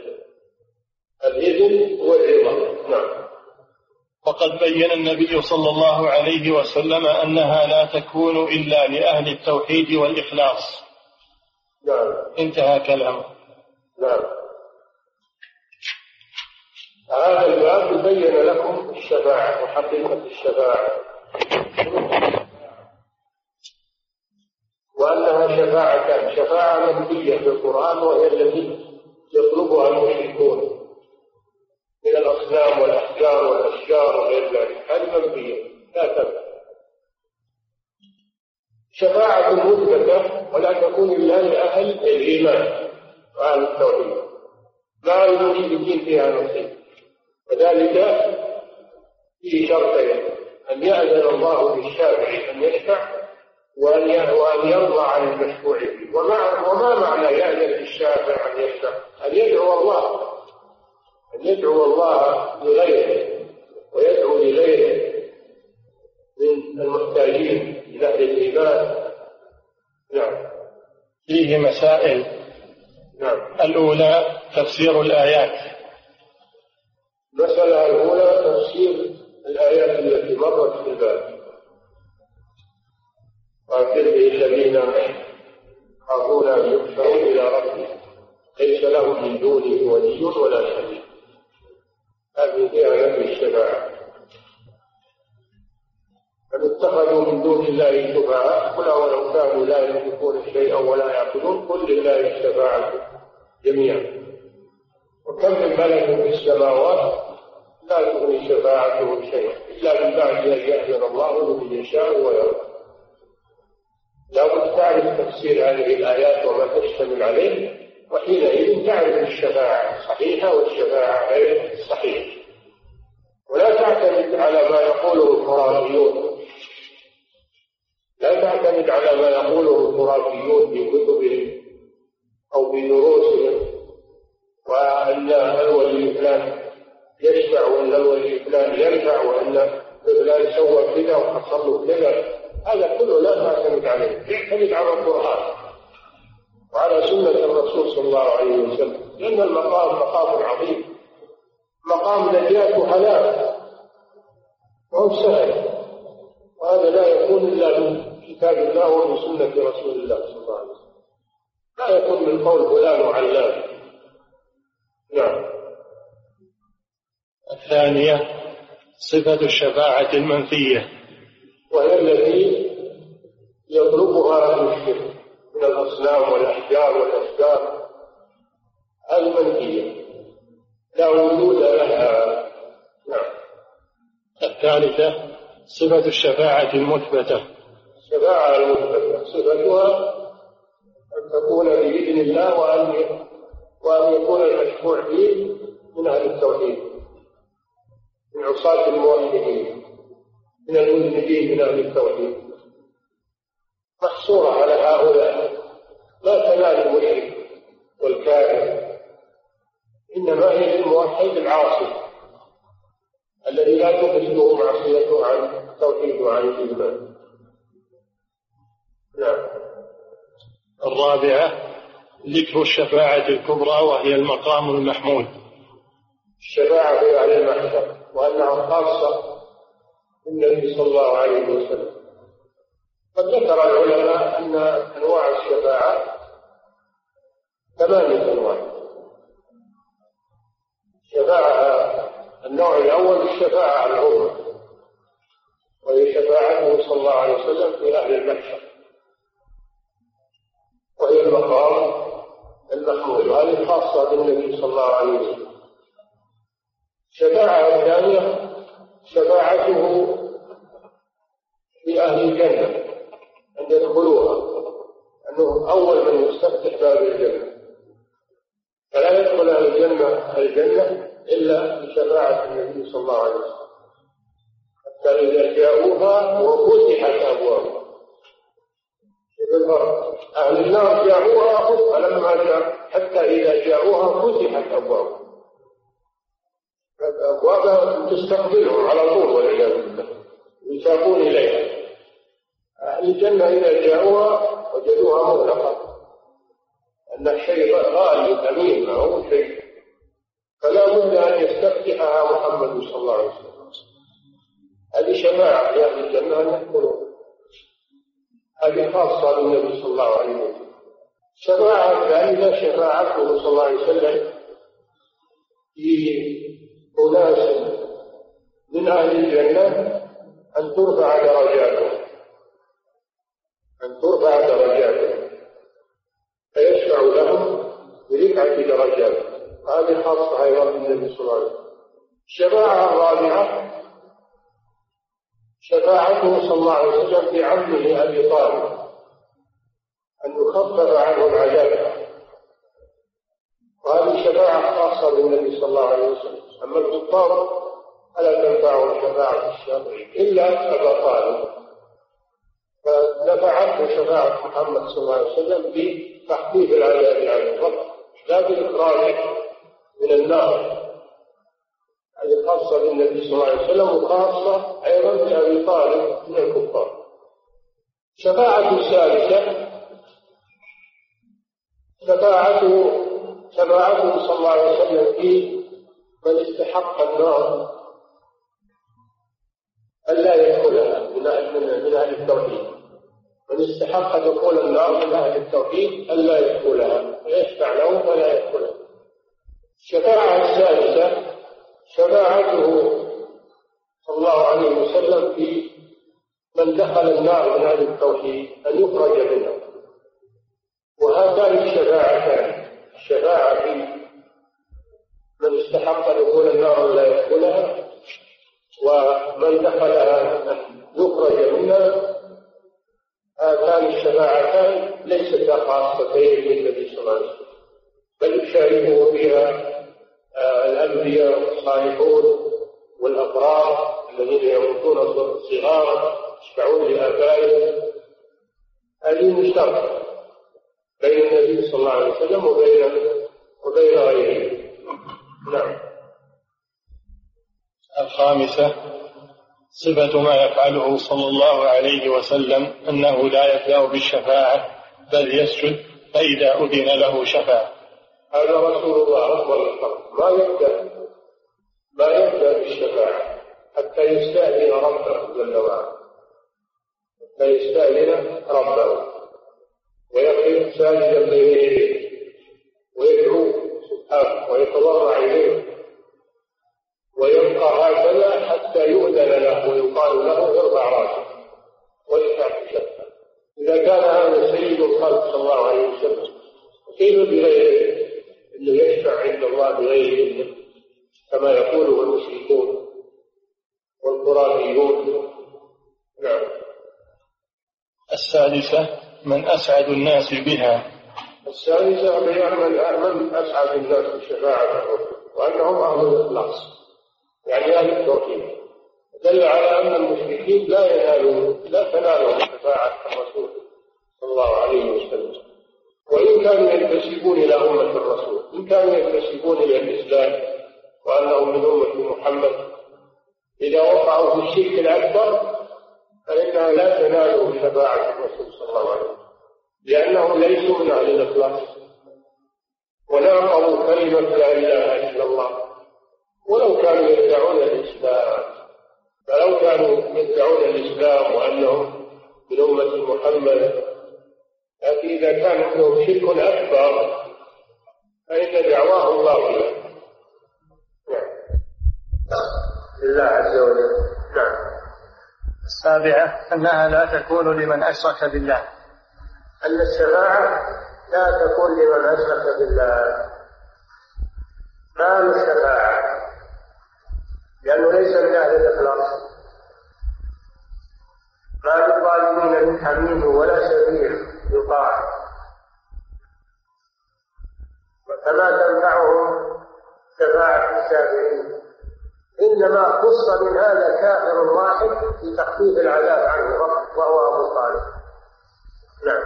Speaker 2: الإذن والرضا. نعم.
Speaker 1: وقد بين النبي صلى الله عليه وسلم أنها لا تكون إلا لأهل التوحيد والإخلاص.
Speaker 2: نعم.
Speaker 1: انتهى كلامه.
Speaker 2: نعم. هذا الباب بين لكم الشفاعة وحقيقة الشفاعة، وأنها شفاعتان: شفاعة منفية في القرآن وهي التي يطلبها المشركون من الأصنام والأحجار والأشجار وغير ذلك، هذه منفية لا تنفع. شفاعة مثبتة ولا تكون إلا لأهل الإيمان وأهل التوحيد، ما المشركين فيها نصيب. وذلك في شرطين: أن يأذن الله للشافع أن يشفع، وأن يرضى عن المشفوع فيه. وما معنى يأذن للشافع أن يشفع؟ أن يدعو الله لغيره
Speaker 1: فيه مسائل.
Speaker 2: نعم.
Speaker 1: الأولى تفسير الآيات.
Speaker 2: المسألة الأولى تفسير الآيات التي مرت في الباب. وأنذر به الذين يخافون أن يحشروا إلى ربهم ليس لهم من دونه ولي ولا شفيع. هذه فيها نفي الشفاعة. فمن اتخذوا من دون الله شفعاء قل أولو كانوا لا يملكون شيئا ولا يعقلون قل لله الشفاعة جميعا. وكم من ملك في السماوات لا تغني شفاعتهم شيئا إلا من بعد أن يأذن الله لمن يشاء ويرضى. لابد تعرف تفسير هذه الآيات وما تشتمل عليه، وحينئذ تعرف الشفاعة الصحيحة والشفاعة غير الصحيحة. ولا تعتمد على ما يقوله الخرافيون، لا تعتمد على ما يقوله الخرافيون في كتبهم أو في دروسهم، وأن الولي فلان يشفع وأن الولي فلان ينفع وأن فلان سوى كذا وحصل له كذا. هذا كله لا تعتمد عليه، تعتمد على القرآن وعلى سنة الرسول صلى الله عليه وسلم، لأن المقام مقام عظيم، مقام نجاة وهلاك وهو سهل، وهذا لا يكون إلا من كتاب الله ومن سنة رسول الله صلى الله عليه وسلم، لا يكون من قول فلان وعلان. نعم.
Speaker 1: الثانية صفة الشفاعة المنفية،
Speaker 2: وهي التي يطلبها المشرك من الأصنام والأحجار والأشجار المنفية لا وجود لها. نعم.
Speaker 1: الثالثة صفة الشفاعة المثبتة.
Speaker 2: الشفاعة المثبتة صفتها أن تكون بإذن الله وأن يكون المشفوع فيه من أهل التوحيد، من عصاة الموحدين، من المذنبين من أهل التوحيد، محصورة على هؤلاء، لا تنال المشرك والكافر، إنما هي الموحد العاصي الذي لا تفسده معصيته عن التوحيد وعن الإيمان. نعم.
Speaker 1: الرابعة ذكر الشفاعة الكبرى وهي المقام المحمود.
Speaker 2: الشفاعة في أهل المحشر وأنها خاصة بالنبي صلى الله عليه وسلم. قد ذكر العلماء أن أنواع الشفاعة 8 أنواع. الشفاعة النوع الأول الشفاعة العظمى، وهي شفاعته صلى الله عليه وسلم في أهل المحشر، وهي المقام المحمود، وهذه خاصة بالنبي صلى الله عليه وسلم. الشفاعة الثانية شفاعته في أهل الجنة أن يدخلوها، أنه أول من يستفتح باب الجنة، فلا يدخل أهل الجنة إلا بشفاعة النبي صلى الله عليه وسلم، حتى إذا جاءوها وفتحت أبوابها. أهل النار جاءوها فلما جاء حتى إذا جاءوها فتحت أبوابها، أبوابها تستقبلهم على طول والعياذ بالله، يساقون إليها. أهل الجنة إذا جاءوها وجدوها مغلقة، أن الشيء غالي ثمين ما هو شيء، فلا بد أن يستفتحها محمد صلى الله عليه وسلم. هذه شفاعة لأهل الجنة أن يدخلوها، هذه خاصة بالنبي صلى الله عليه وسلم. شفاعة الثالثة شفاعته صلى الله عليه وسلم في أناس من أهل الجنة أن ترفع درجاتهم فيشفع لهم برفعة درجات، هذه خاصة أيضا بالنبي صلى الله عليه وسلم. الشفاعة الرابعة شفاعته صلى الله عليه وسلم في عمه أبي طالب أن يخفف عنه العذاب، وهذه شفاعة خاصة بالنبي صلى الله عليه وسلم. أما الكفار فلا تنفعهم شفاعة الشافعين إلا أبا طالب، فنفعته شفاعة محمد صلى الله عليه وسلم بتخفيف العذاب عنه فقط، لا بالإخراج من النار. هذه خاصة بالنبي صلى الله عليه وسلم، وخاصة أيضا بأبي طالب من الكفار. شفاعة الثالثة شفاعته صلى الله عليه وسلم في من استحق النار ألا يدخلها من أهل التوحيد، من استحق دخول النار من أهل التوحيد ألا يدخلها ويشفع له فلا يدخلها. الشفاعة الثالثة شفاعته صلى الله عليه وسلم في من دخل النار من أهل التوحيد أن يخرج منها. وهاتان الشفاعتان، الشفاعة في من استحق دخول النار لا يدخلها، ومن دخلها أن يخرج منها، هاتان الشفاعتان ليستا خاصتين للنبي صلى الله عليه وسلم، بل يشاركه فيها الأنبياء والصالحون والأبرار الذين يموتون صغارا يشفعون لآبائهم. هذه مشتركة بين النبي صلى الله عليه وسلم وبين غيره. نعم.
Speaker 1: الخامسة صفة ما يفعله صلى الله عليه وسلم أنه لا يبدأ بالشفاعة بل يسجد فإذا أذن له شفاعة.
Speaker 2: هذا رسول الله أفضل الخلق ما يبدأ بالشفاعة حتى يستأذن ربه جل وعلا، حتى يستأذن ربه ويقف ساجدا بين يديه ويدعو سبحانه ويتضرع إليه، ويبقى هكذا حتى يؤذن له ويقال له ارفع راسك واشفع بشفاعة. إذا كان هذا سيد الخلق صلى الله عليه وسلم كيف بغيره اللي يشفع عند الله بغير إذنه كما يقوله المشركون والخرافيون؟ نعم.
Speaker 1: السادسة من أسعد الناس بها.
Speaker 2: السادسة بيان من أسعد الناس بالشفاعة وأنهم أهل الإخلاص، يعني أهل التوحيد. دل على أن المشركين لا تنالهم شفاعة الرسول صلى الله عليه وسلم، وإن كانوا ينتسبون إلى أمة الرسول، إن كانوا ينتسبون إلى الإسلام وأنهم من أمة محمد، إذا وقعوا في الشرك الأكبر فإنها لا تنالهم شفاعة الرسول صلى الله عليه وسلم، لأنهم ليسوا من أهل الإخلاص وناقضوا كلمة لا إله إلا الله. ولو كانوا يدعون الإسلام، فلو كانوا يدعون الإسلام وأنهم من أمة محمد، لكن إذا كان عندهم شرك أكبر فإن دعواه الله له. لله عز وجل. نعم.
Speaker 1: السابعة أنها لا تكون لمن أشرك بالله،
Speaker 2: أن الشفاعة لا تكون لمن أشرك بالله. ما من الشفاعة لأنه ليس من أهل الإخلاص، ما للظالمين من حميم ولا شفيع يطاع، فما تنفعهم شفاعة الشافعين، إنما خص من هذا كافر واحد في تخفيف العذاب عنه وهو أبو طالب. نعم.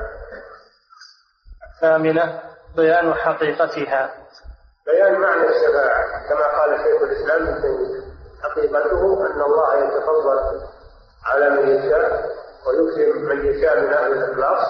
Speaker 1: الثامنة بيان حقيقتها،
Speaker 2: بيان معنى الشفاعة كما قال شيخ الإسلام ابن تيمية، حقيقته أن الله يتفضل على من يشاء ويكرم من يشاء من أهل الإخلاص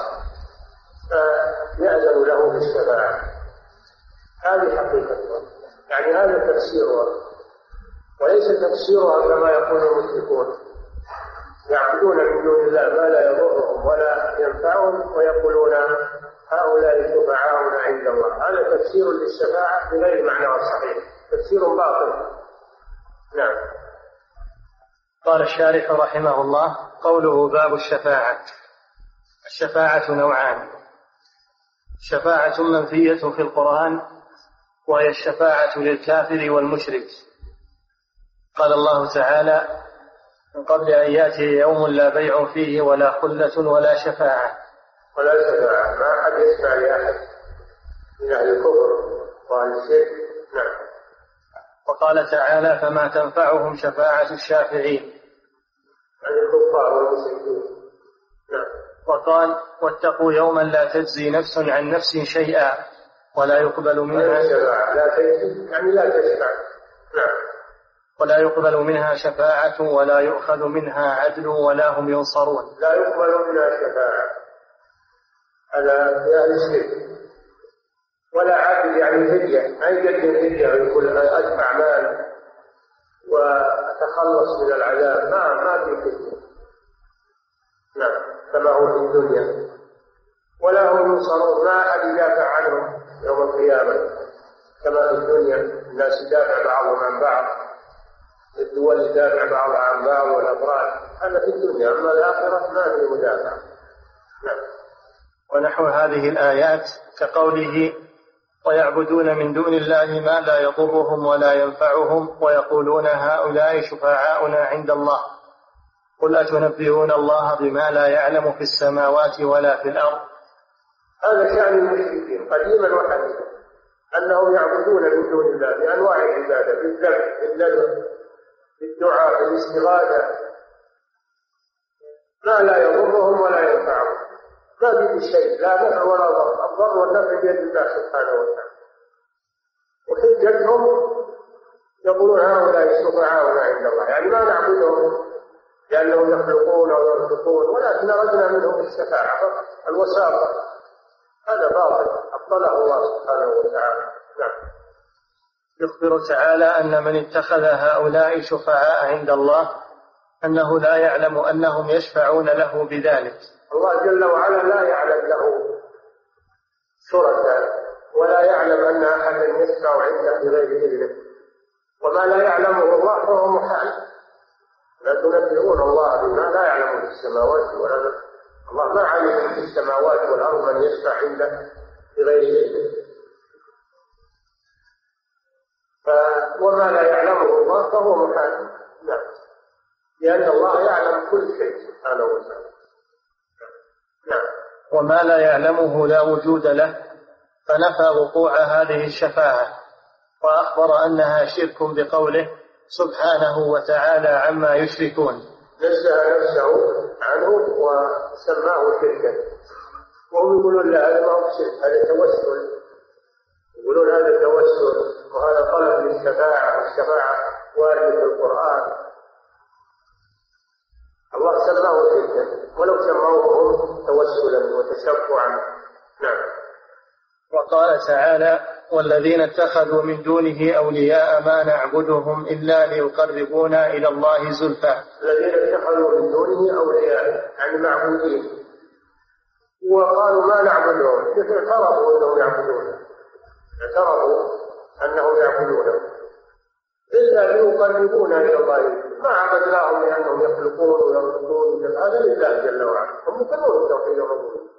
Speaker 2: فيأذن له بالشفاعة. هذه حقيقتها، يعني هذا تفسيرها، وليس تفسيرها كما يقول المشركون يعبدون من دون الله ما لا يضرهم ولا ينفعهم ويقولون هؤلاء شفعاؤنا عند الله. هذا تفسير للشفاعة بغير معناه الصحيح، تفسير باطل. نعم.
Speaker 1: قال الشارح رحمه الله: قوله باب الشفاعة. الشفاعة نوعان: شفاعة منفية في القرآن وهي الشفاعة للكافر والمشرك. قال الله تعالى: من قبل أن يأتي يوم لا بيع فيه ولا خلة ولا شفاعة.
Speaker 2: ولا شفاعة، ما أحد يشفع لأحد من أهل الكفر وأهل الشرك. نعم.
Speaker 1: وقال تعالى: فما تنفعهم شفاعة الشافعين،
Speaker 2: عن الكفار والمشركين. نعم.
Speaker 1: وقال: واتقوا يوما لا تجزي نفس عن نفس شيئا ولا يقبل منها
Speaker 2: شفاعة، لا تجزي يعني لا تشفع. نعم.
Speaker 1: ولا يقبل منها شفاعة ولا يؤخذ منها عدل ولا هم ينصرون.
Speaker 2: لا يقبل منها شفاعة، هذا في أهل الشرك. ولا عادل يعني فدية، ما يقدم فدية ويقول أدفع مال وأتخلص من العذاب، ما في فدية. نعم، كما هو في الدنيا. ولا هم ينصرون، ما أحد يدافع عنهم يوم القيامة كما في الدنيا. الناس يدافع بعضهم عن بعض، الدول يدافع بعضها عن بعض والأفراد، هذا في الدنيا. أما الآخرة ما في مدافع. نعم.
Speaker 1: ونحو هذه الآيات كقوله: ويعبدون من دون الله ما لا يضرهم ولا ينفعهم ويقولون هؤلاء شفعاؤنا عند الله قل أتنبئون الله بما لا يعلم في السماوات ولا في الأرض.
Speaker 2: هذا شأن المشركين قديما وحديثا، أنهم يعبدون من دون الله بأنواع العبادة، بالذبح، بالنذر، بالدعاء، بالاستغاثة، ما لا يضرهم ولا ينفعهم، ما بيد شيء، لا نفع ولا ضر، الضر والنفع بيد الله سبحانه وتعالى. وحجتهم يقولون هؤلاء شفعاؤنا عند الله، يعني ما نعبدهم لأنهم يخلقون أو يرزقون، ولكن أردنا منهم الشفاعة، الوساطة. هذا باطل أبطله الله سبحانه وتعالى. نعم.
Speaker 1: يخبر تعالى أن من اتخذ هؤلاء شفعاء عند الله أنه لا يعلم أنهم يشفعون له بذلك.
Speaker 2: الله جل وعلا لا يعلم له شركاء، ولا يعلم أن أحدا يشفع عنده بغير إذنه، وما لا يعلمه الله فهو محال. لا تنبئون الله بما لا يعلم في السماوات والأرض. الله ما علم في السماوات والأرض من يشفع عنده بغير إذنه، وما لا يعلمه الله فهو محال. نعم، لأن الله يعلم كل شيء سبحانه وتعالى. نعم.
Speaker 1: وما لا يعلمه لا وجود له، فنفى وقوع هذه الشفاعة وأخبر أنها شرك بقوله سبحانه وتعالى عما يشركون.
Speaker 2: نزه نفسه عنه وسماه شركا، وهم يقولون لا، هذا ما هو شرك، هذا توسل. يقولون هذا توسل وهذا طلب للشفاعة، والشفاعة واردة في القرآن. الله سماه شركا، ولو سموه هم توسلا وتشفعا. نعم.
Speaker 1: وقال تعالى: والذين اتخذوا من دونه أولياء ما نعبدهم إلا ليقربونا إلى الله زلفى.
Speaker 2: الذين اتخذوا من دونه أولياء يعني معبودين، وقالوا ما نعبدهم، اعترفوا أنهم يعبدون، اعترفوا أنهم يعبدونه إلا ليقربونا إلى الله. ما عبدناهم لأنهم يخلقون ويرزقون، هذا لله جل وعلا، هم يقولون التوحيد والربوبية،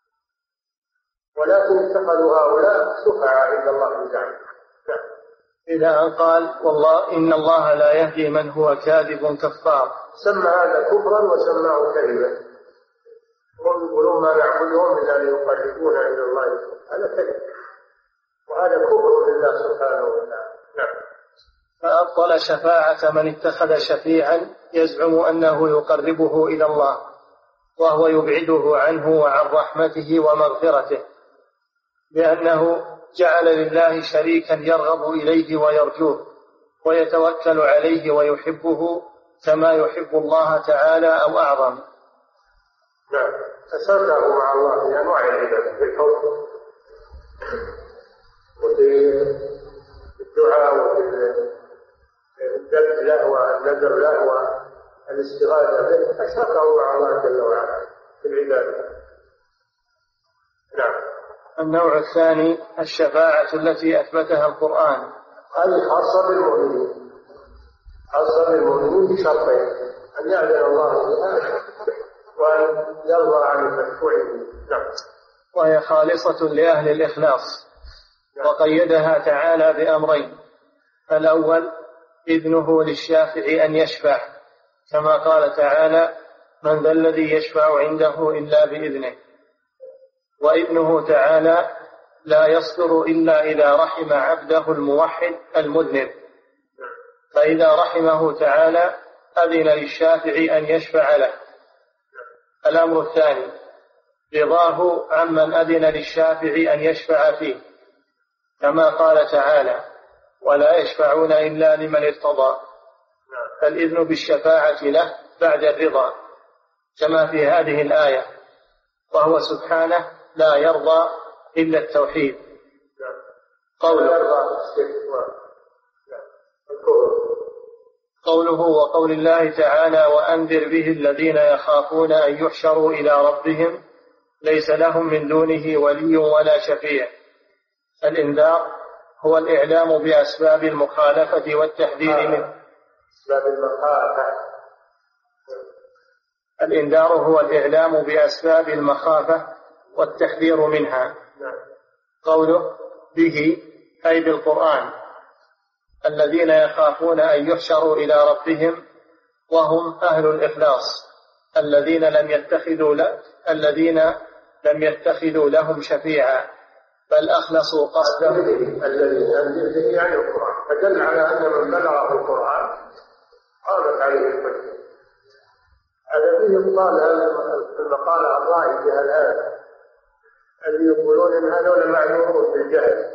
Speaker 2: ولكن اتخذوا هؤلاء شفعاء عند الله بزعمهم.
Speaker 1: إلى أن قال: والله إن الله لا يهدي من هو كاذب كفار.
Speaker 2: سمى هذا كفرا وسماه كذبا. هم يقولون ما نعبدهم إلا ليقربونا إلى الله، هذا كذب، وهذا كفر لله سبحانه وتعالى. نعم.
Speaker 1: فأبطل شفاعة من اتخذ شفيعا يزعم أنه يقربه إلى الله وهو يبعده عنه وعن رحمته ومغفرته، لأنه جعل لله شريكا يرغب إليه ويرجوه ويتوكل عليه ويحبه كما يحب الله تعالى أو أعظم.
Speaker 2: نعم. تسرعوا مع الله في أنواع العبادة، في الحب وفي الدعاء وفي الذبح له والنذر له والاستغاثة به، تسرعوا مع الله جل وعلا في العبادة. نعم.
Speaker 1: النوع الثاني الشفاعة التي أثبتها القرآن.
Speaker 2: هذه خاصة بالمؤمنين، خاصة بالمؤمنين بشرطين: أن يأذن الله بها وأن يرضى عن مشروعه. نعم.
Speaker 1: وهي خالصة لأهل الإخلاص. وقيدها تعالى بأمرين: الأول إذنه للشافع أن يشفع، كما قال تعالى: من ذا الذي يشفع عنده إلا بإذنه. وإذنه تعالى لا يصدر إلا إذا رحم عبده الموحد المذنب، فإذا رحمه تعالى أذن للشافع أن يشفع له. الأمر الثاني رضاه عمن أذن للشافع أن يشفع فيه، كما قال تعالى: ولا يشفعون إلا لمن ارتضى، فالإذن بالشفاعة له بعد الرضا كما في هذه الآية، وهو سبحانه لا يرضى إلا التوحيد. قوله وقول الله تعالى وأنذر به الذين يخافون أن يحشروا إلى ربهم ليس لهم من دونه ولي ولا شفيع. الإنذار هو الإعلام بأسباب المخالفة والتحذير منه. الإنذار هو الإعلام بأسباب المخافة والتحذير منها. قوله به أي بالقرآن الذين يخافون أن يحشروا إلى ربهم وهم أهل الإخلاص الذين لم يتخذوا لهم شفيعا بل أخلصوا قصدهم.
Speaker 2: الذي يعني القرآن فدل على أن من بلغه القرآن قامت عليه الحجة. هذا فيه قال المقالة الرائجة الآن اللي يقولون إن هذول معذورون بالجهل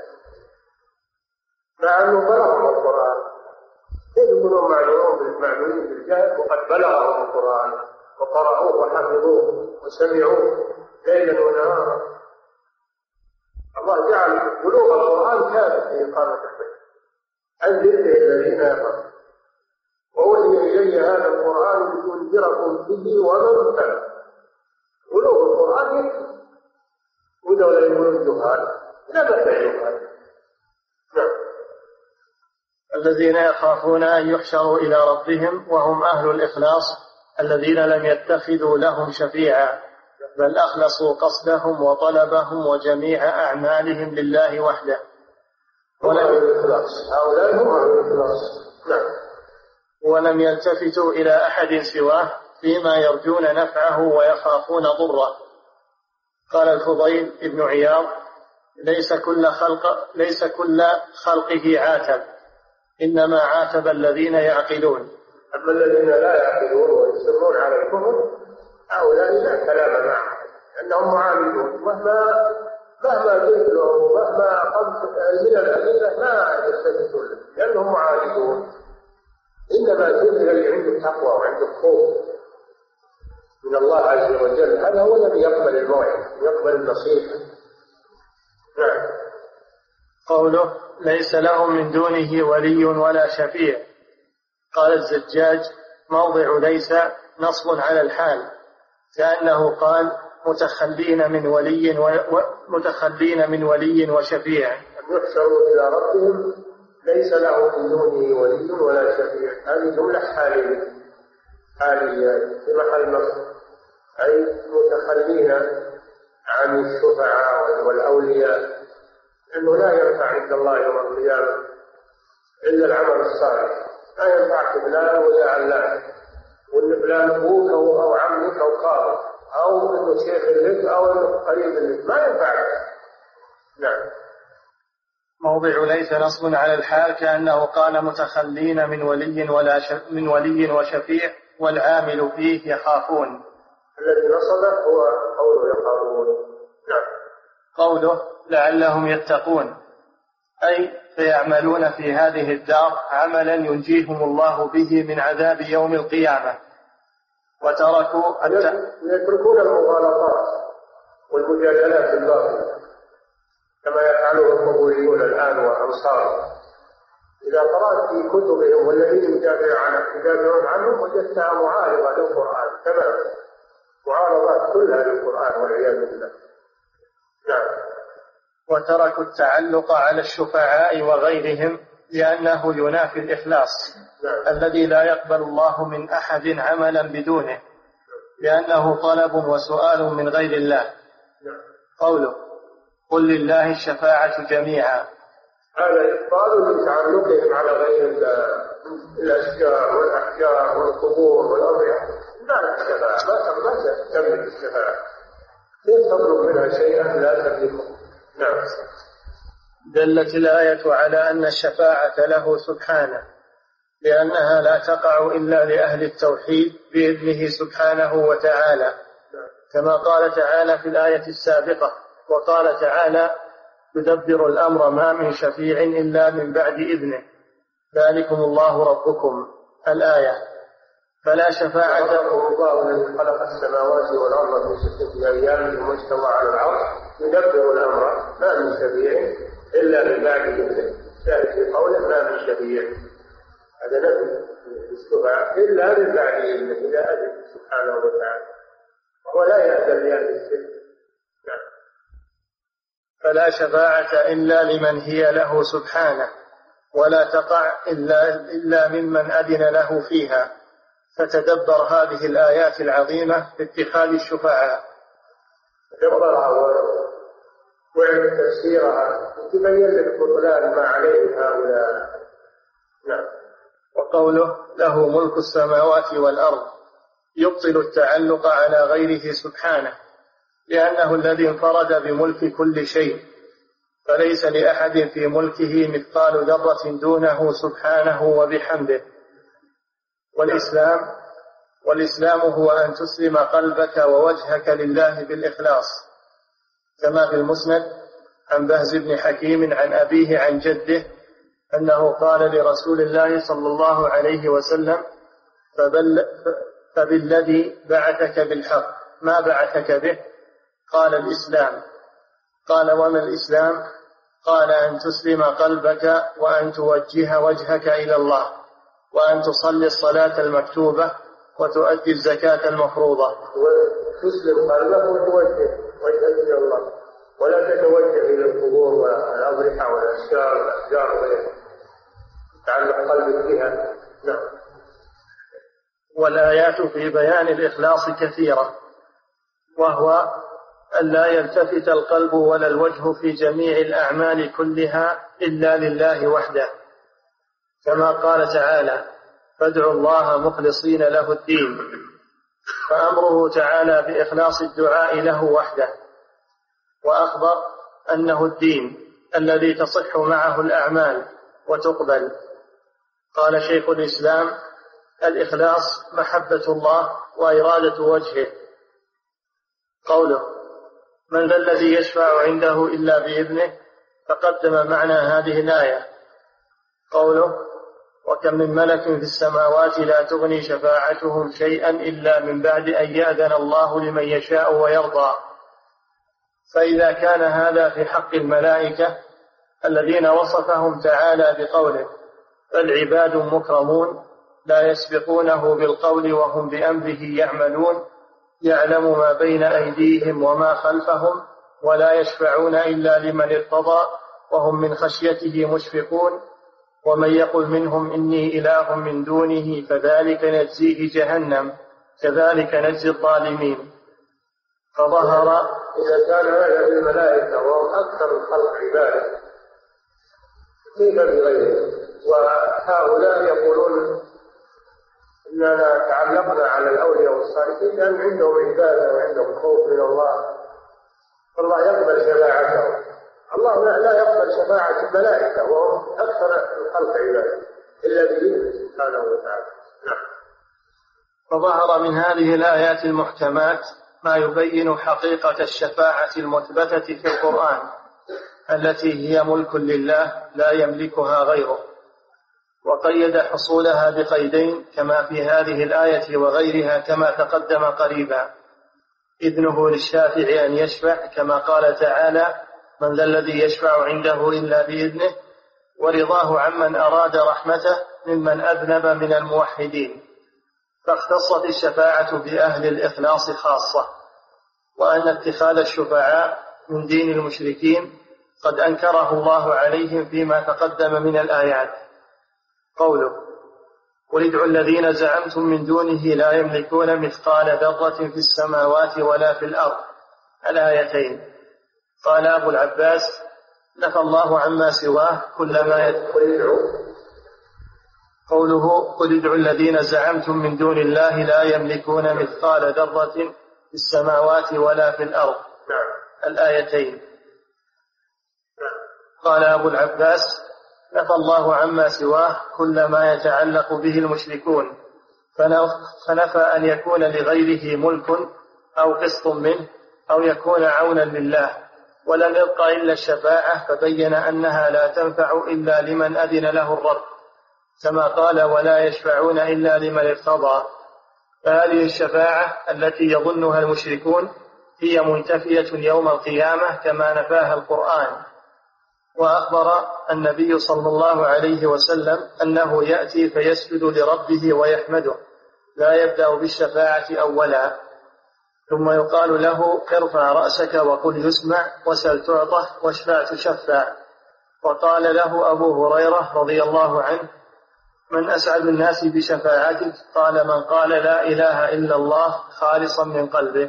Speaker 2: مع أنه بلغهم القرآن. كيف يقولون معذورين بالجهل وقد بلغهم القرآن وقرأوه وحفظوه وسمعوه ليلا ونهارا؟ الله جعل بلوغ القرآن كافٍ في إقامة الحجة. أنذر الذين يخافون وأوحي إلي هذا القرآن لتنذركم به ومن بلغ. بلوغ القرآن يكفي ودولة يقولون الجهال لا بأس بالجهال.
Speaker 1: الذين يخافون أن يحشروا إلى ربهم وهم أهل الإخلاص الذين لم يتخذوا لهم شفيعا بل أخلصوا قصدهم وطلبهم وجميع أعمالهم لله وحده. ولم يلتفتوا إلى أحد سواه فيما يرجون نفعه ويخافون ضره. قال الفضيل ابن عياض ليس كل خلقه عاتب إنما عاتب الذين يعقلون.
Speaker 2: أما الذين لا يعقلون ويصرون على الكفر هؤلاء لا كلام معهم أنهم معاندون مهما قلت لهم ومهما قمت من الأدلة ما يستفيدون لأنهم معاندون. إنما تنزل اللي عنده تقوى وعنده خوف من الله عز وجل هذا هو الذي يقبل الموعظة ويقبل النصيحة.
Speaker 1: قوله ليس لهم من دونه ولي ولا شفيع. قال الزجاج موضع ليس نصب على الحال كأنه قال متخلين من ولي وشفيع.
Speaker 2: يحشروا إلى ربهم ليس له من دونه ولي ولا شفيع. هذه جملة حالية في محل نصب أي متخلين عن الشفعاء والأولياء إنه لا ينفع عند الله يوم القيامة إلا العمل الصالح. لا ينفع فلان ولا علان وإن فلان أبوك أو عمك أو خالك أو إنه شيخ لك أو إنه قريب لك ما ينفع. نعم.
Speaker 1: موضع ليس نصب على الحال كأنه قال متخلين من ولي وشفيع والعامل فيه يخافون.
Speaker 2: الذي نصب هو قوله يخافون. نعم.
Speaker 1: قوله لعلهم يتقون أي فيعملون في هذه الدار عملا ينجيهم الله به من عذاب يوم القيامة وتركوا
Speaker 2: يتركون المغالطات والمجادلات الباطلة كما يفعله القبوريون الآن وأنصارهم. إذا قرأت في كتبهم والذين يدافعون عنهم وجدتها معارضة للقرآن تماما معارضات كلها للقرآن والعياذ بالله. نعم.
Speaker 1: وتركوا التعلق على الشفعاء وغيرهم لأنه ينافي الإخلاص.
Speaker 2: نعم.
Speaker 1: الذي لا يقبل الله من أحد عملا بدونه لأنه طلب وسؤال من غير الله.
Speaker 2: نعم.
Speaker 1: قوله قل لله الشفاعة جميعا
Speaker 2: هذا إبطال من تعلقهم على غير الأشجار والأحجار والقبور والأضرحة. لا الشفاعة ما تملك الشفاعة. كيف تطلب منها شيئا لا تملكه؟ نعم.
Speaker 1: دلت الآية على أن الشفاعة له سبحانه لأنها لا تقع إلا لأهل التوحيد بإذنه سبحانه وتعالى كما قال تعالى في الآية السابقة. وقال تعالى يدبر الأمر ما من شفيع إلا من بعد إذنه ذلكم الله ربكم الآية. فلا شفاعة.
Speaker 2: الله الذي خلق السماوات والأرض في 6 أيام ثم استوى على العرش يدبر الأمر ما من شفيع إلا من بعد إذنه. شاهد في قوله ما من شفيع، هذا نفي الشفاعة إلا من بعد إذنه إذا أذن سبحانه وتعالى، وهو لا يأذن لأهل الشرك.
Speaker 1: فلا شفاعة إلا لمن هي له سبحانه، ولا تقع إلا ممن أذن له فيها. فتدبر هذه الآيات العظيمة في اتخاذ الشفعاء،
Speaker 2: تدبرها وعلم تفسيرها وتبين لك بطلان ما عليه هؤلاء. نعم.
Speaker 1: وقوله له ملك السماوات والأرض يبطل التعلق على غيره سبحانه، لأنه الذي انفرد بملك كل شيء، فليس لأحد في ملكه مثقال ذرة دونه سبحانه وبحمده. والإسلام هو أن تسلم قلبك ووجهك لله بالإخلاص، كما في المسند عن بهز بن حكيم عن أبيه عن جده أنه قال لرسول الله صلى الله عليه وسلم: فبالذي بعثك بالحق، ما بعثك به؟ قال: الإسلام. قال: وما الإسلام؟ قال: أن تسلم قلبك وأن توجه وجهك إلى الله، وأن تصلي الصلاة المكتوبة، وتؤدي الزكاة المفروضة.
Speaker 2: وتسلم قلبك وتوجه وجهك إلى الله، ولا تتوجه إلى القبور والأضرحة والأشجار وغيرها، تعلق قلبك بها. نعم.
Speaker 1: والآيات في بيان الإخلاص كثيرة، وهو أن لا يلتفت القلب ولا الوجه في جميع الأعمال كلها إلا لله وحده، كما قال تعالى: فادعوا الله مخلصين له الدين. فأمره تعالى بإخلاص الدعاء له وحده، وأخبر أنه الدين الذي تصح معه الأعمال وتقبل. قال شيخ الإسلام: الإخلاص محبة الله وإرادة وجهه. قوله: من ذا الذي يشفع عنده إلا بإذنه، فقدم معنى هذه الآية. قوله: وكم من ملك في السماوات لا تغني شفاعتهم شيئا إلا من بعد أن يأذن الله لمن يشاء ويرضى. فإذا كان هذا في حق الملائكة الذين وصفهم تعالى بقوله: فالعباد مكرمون لا يسبقونه بالقول وهم بأمره يعملون، يعلم ما بين أيديهم وما خلفهم، ولا يشفعون إلا لمن ارتضى، وهم من خشيته مشفقون، ومن يقل منهم إني إله من دونه فذلك نجزيه جهنم كذلك نجزي الظالمين. فظهر
Speaker 2: إذا كان هذا الملائكة وهم أكثر الخلق عبادة، كيف بغيرهم؟ وهؤلاء يقولون إننا تعلقنا على الأولياء والصالحين لأن عندهم عبادة وعندهم خوف من الله، فالله يقبل شفاعتهم. الله لا يقبل شفاعة الملائكة وهم أكثر الخلق عبادة إلا بإذنه سبحانه وتعالى.
Speaker 1: فظهر من هذه الآيات المحكمات ما يبين حقيقة الشفاعة المثبتة في القرآن، التي هي ملك لله لا يملكها غيره، وقيد حصولها بقيدين كما في هذه الآية وغيرها كما تقدم قريبا: إذنه للشافع أن يشفع كما قال تعالى: من ذا الذي يشفع عنده إلا بإذنه، ورضاه عمن أراد رحمته ممن أذنب من الموحدين. فاختصت الشفاعة بأهل الإخلاص خاصة، وأن اتخاذ الشفعاء من دين المشركين قد أنكره الله عليهم فيما تقدم من الآيات. قوله: قل ادعوا الذين زعمتم من دونه لا يملكون مثقال ذرة في السماوات ولا في الأرض، الآيتين. قال أبو العباس: نفى الله عما سواه كل ما يدعو. قوله: قل ادعوا الذين زعمتم من دون الله لا يملكون مثقال ذرة في السماوات ولا في الأرض، الآيتين. قال أبو العباس: نفى الله عما سواه كل ما يتعلق به المشركون، فنفى أن يكون لغيره ملك أو قسط منه أو يكون عونا لله، ولم يبق إلا الشفاعة، فبين أنها لا تنفع إلا لمن أذن له الرب، كما قال: ولا يشفعون إلا لمن ارتضى. فهذه الشفاعة التي يظنها المشركون هي منتفية يوم القيامة كما نفاها القرآن. وأخبر النبي صلى الله عليه وسلم أنه يأتي فيسجد لربه ويحمده، لا يبدأ بالشفاعة أولا، ثم يقال له ارفع رأسك وقل يسمع، وسل تعطه، واشفع تشفع. وقال له أبو هريرة رضي الله عنه: من أسعد الناس بشفاعتك؟ قال: من قال لا إله إلا الله خالصا من قلبه.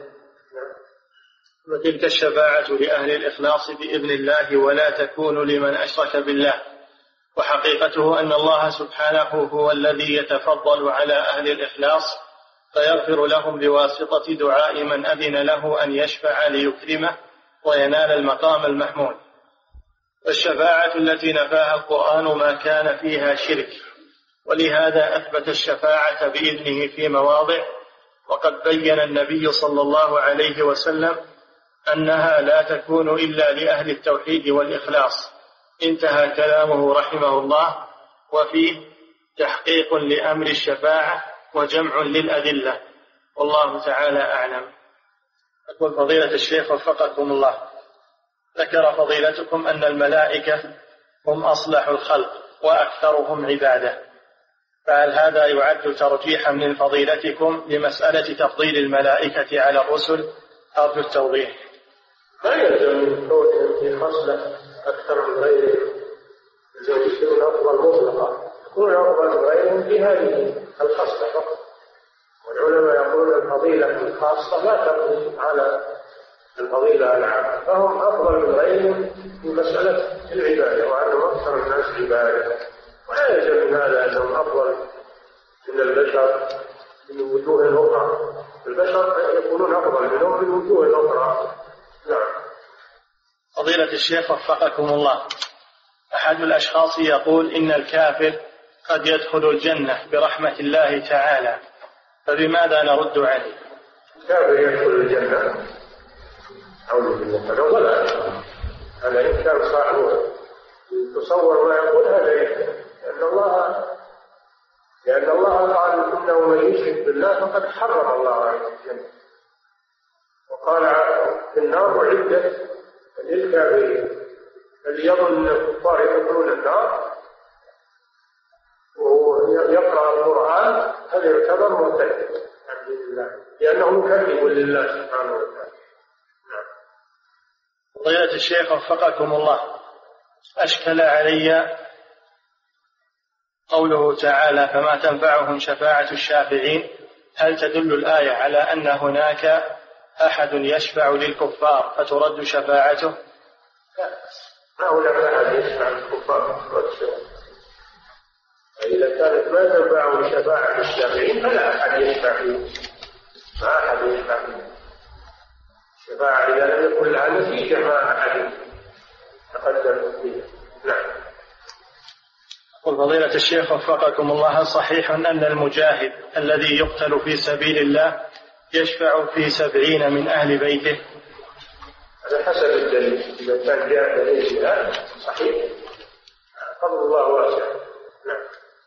Speaker 1: وتلك الشفاعة لأهل الإخلاص بإذن الله، ولا تكون لمن أشرك بالله. وحقيقته أن الله سبحانه هو الذي يتفضل على أهل الإخلاص فيغفر لهم بواسطة دعاء من أذن له أن يشفع ليكرمه وينال المقام المحمود. والشفاعة التي نفاها القرآن ما كان فيها شرك، ولهذا أثبت الشفاعة بإذنه في مواضع، وقد بين النبي صلى الله عليه وسلم أنها لا تكون إلا لأهل التوحيد والإخلاص. انتهى كلامه رحمه الله، وفيه تحقيق لأمر الشفاعة وجمع للأدلة، والله تعالى أعلم. أقول فضيلة الشيخ وفقكم الله، ذكر فضيلتكم أن الملائكة هم أصلح الخلق وأكثرهم عبادة، فهل هذا يعد ترجيحا من فضيلتكم لمسألة تفضيل الملائكة على الرسل؟ أرجو التوضيح.
Speaker 2: ما يلزم من كونهم في خصلة أكثر من غيرهم يكون أفضل مطلقا، يكون أفضل من غيرهم في هذه الخصلة فقط. والعلماء يقولون الفضيلة الخاصة لا تقضي على الفضيلة العامة، فهم أفضل من غيرهم في مسألة العبادة، وأنهم أكثر الناس عبادة، ولا يلزم من هذا أنهم أفضل من البشر من وجوه أخرى. البشر يكونون أفضل منهم من وجوه أخرى. نعم.
Speaker 1: فضيلة الشيخ وفقكم الله، أحد الأشخاص يقول إن الكافر قد يدخل الجنة برحمة الله تعالى، فبماذا نرد عليه؟
Speaker 2: الكافر يدخل الجنة أعوذ بالله ولا هذا إن كان صاحبه تصور ما يقول هذا لأن الله قال إنه من يشرك بالله فقد حرم الله عليه الجنة، وقال في النار أعدت للكافرين. اللي يظن الكفار يدخلون النار ويقرأ القرآن هذا يعتبر مرتد لأنه مكذب لله سبحانه وتعالى.
Speaker 1: فضيلة الشيخ وفقكم الله، أشكل علي قوله تعالى فما تنفعهم شفاعة الشافعين، هل تدل الآية على أن هناك أحد يشفع للكفار فترد شفاعته؟
Speaker 2: ما هناك أحد يشفع للكفار فترد شفاعته. فإذا كانت ما تنفعهم شفاعة الشافعين فلا أحد يشفع فيه، ما أحد يشفع فيه. الشفاعة إذا لم يكن لها نتيجة ما أحد تقدم فيها. نعم.
Speaker 1: قل فضيلة الشيخ وفقكم الله، صحيح أن المجاهد الذي يقتل في سبيل الله يشفع في 70 من أهل بيته؟
Speaker 2: هذا حسب الدليل، إذا كان جاء دليل هذا صحيح، فضل الله واسع. نعم.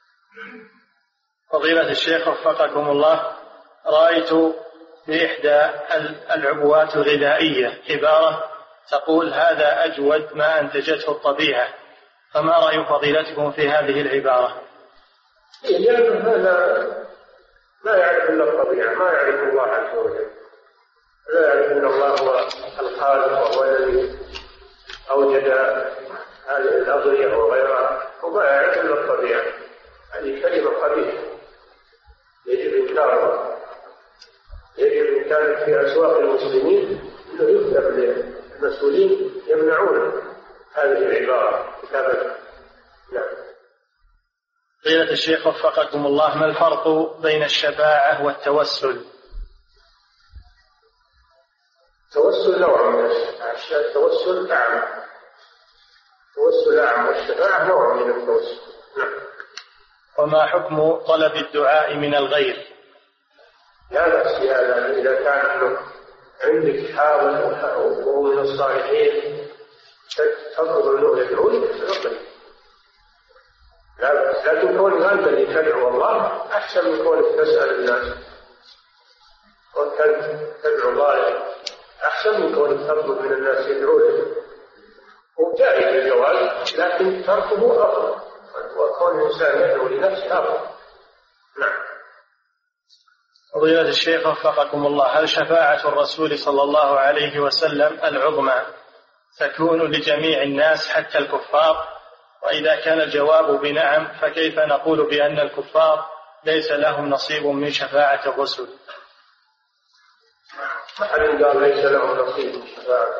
Speaker 1: فضيلة الشيخ وفقكم الله، رأيت في إحدى العبوات الغذائية عبارة تقول هذا أجود ما أنتجته الطبيعة، فما رأي فضيلتكم في هذه العبارة؟
Speaker 2: لأن هذا لا يعرف إلا الطبيعة، ما يعرف الله عز وجل، لا يعرف إن الله هو الخالق وهو الذي أوجد هذه الأضرية وغيرها، وما يعرف إلا الطبيعة. هذه كلمة قبيحة يجب إنكارها. يجب إن كانت في أسواق المسلمين أنه يكتب للمسؤولين يمنعون هذه العبارة كتابة. نعم.
Speaker 1: فضيلة الشيخ وفقكم الله، ما الفرق بين الشفاعة والتوسل؟
Speaker 2: التوسل نوع من التوسل أعم، التوسل أعم، والشفاعة نوع من التوسل. نعم.
Speaker 1: وما حكم طلب الدعاء من الغير؟
Speaker 2: لا بأس بهذا إذا كان عندك حاول وهو من الصالحين تطلب له يدعو لك تفضل، لا بأس، لكن كون أنت اللي تدعو الله أحسن من كونك تسأل الناس، وكان تدعو الله أحسن من كونك تطلب من الناس يدعو لك. وجائز الجواز، لكن تركه أفضل، وكون الإنسان يدعو لنفسه أفضل. نعم.
Speaker 1: فضيلة الشيخ وفقكم الله، هل شفاعة الرسول صلى الله عليه وسلم العظمى تكون لجميع الناس حتى الكفار؟ وإذا كان الجواب بنعم فكيف نقول بأن الكفار ليس لهم نصيب من شفاعة الرسل؟
Speaker 2: ما حد قال ليس لهم نصيب من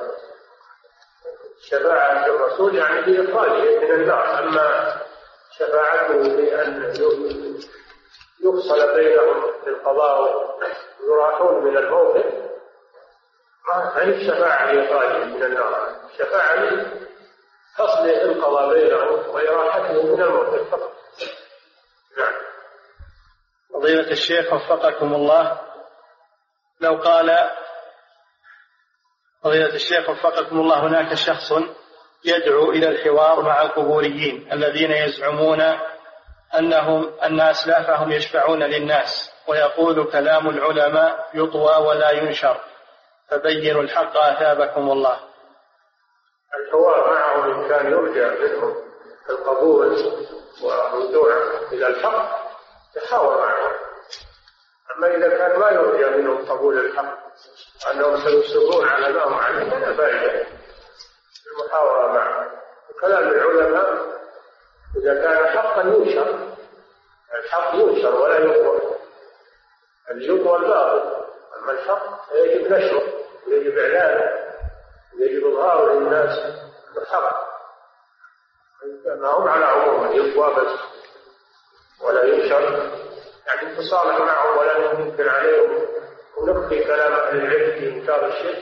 Speaker 2: شفاعة الرسول، يعني بإخراجه من النار. أما شفاعته بأن يفصل بينهم في القضاء ويراحون من الموقف، ما هي شفاعة لإخراجهم من النار، شفاعة لفصل القضاء بينهم وإراحتهم من الموقف فقط. نعم.
Speaker 1: فضيلة الشيخ وفقكم الله، لو قال فضيلة الشيخ وفقكم الله هناك شخص يدعو إلى الحوار مع القبوريين الذين يزعمون أن أسلافهم يشفعون للناس، ويقول كلام العلماء يطوى ولا ينشر، فبينوا الحق أثابكم الله.
Speaker 2: الحوار معهم إن كان يرجع منهم القبول والرجوع إلى الحق يحاور معهم، أما إذا كان ما يرجع منهم قبول الحق أنهم سيصرون على ما هم عليه فلا فائدة المحاورة معهم. وكلام العلماء إذا كان حقا ينشر، الحق ينشر ولا يطوى، اليطوى الباطل، أما الحق يجب نشره ويجب إعلانه ويجب إظهاره للناس الحق. ما هم على عموم يطوى بس ولا ينشر، يعني نتصالح معهم ولا ننكر عليهم ونبقي كلام أهل العلم في إنكار الشرك،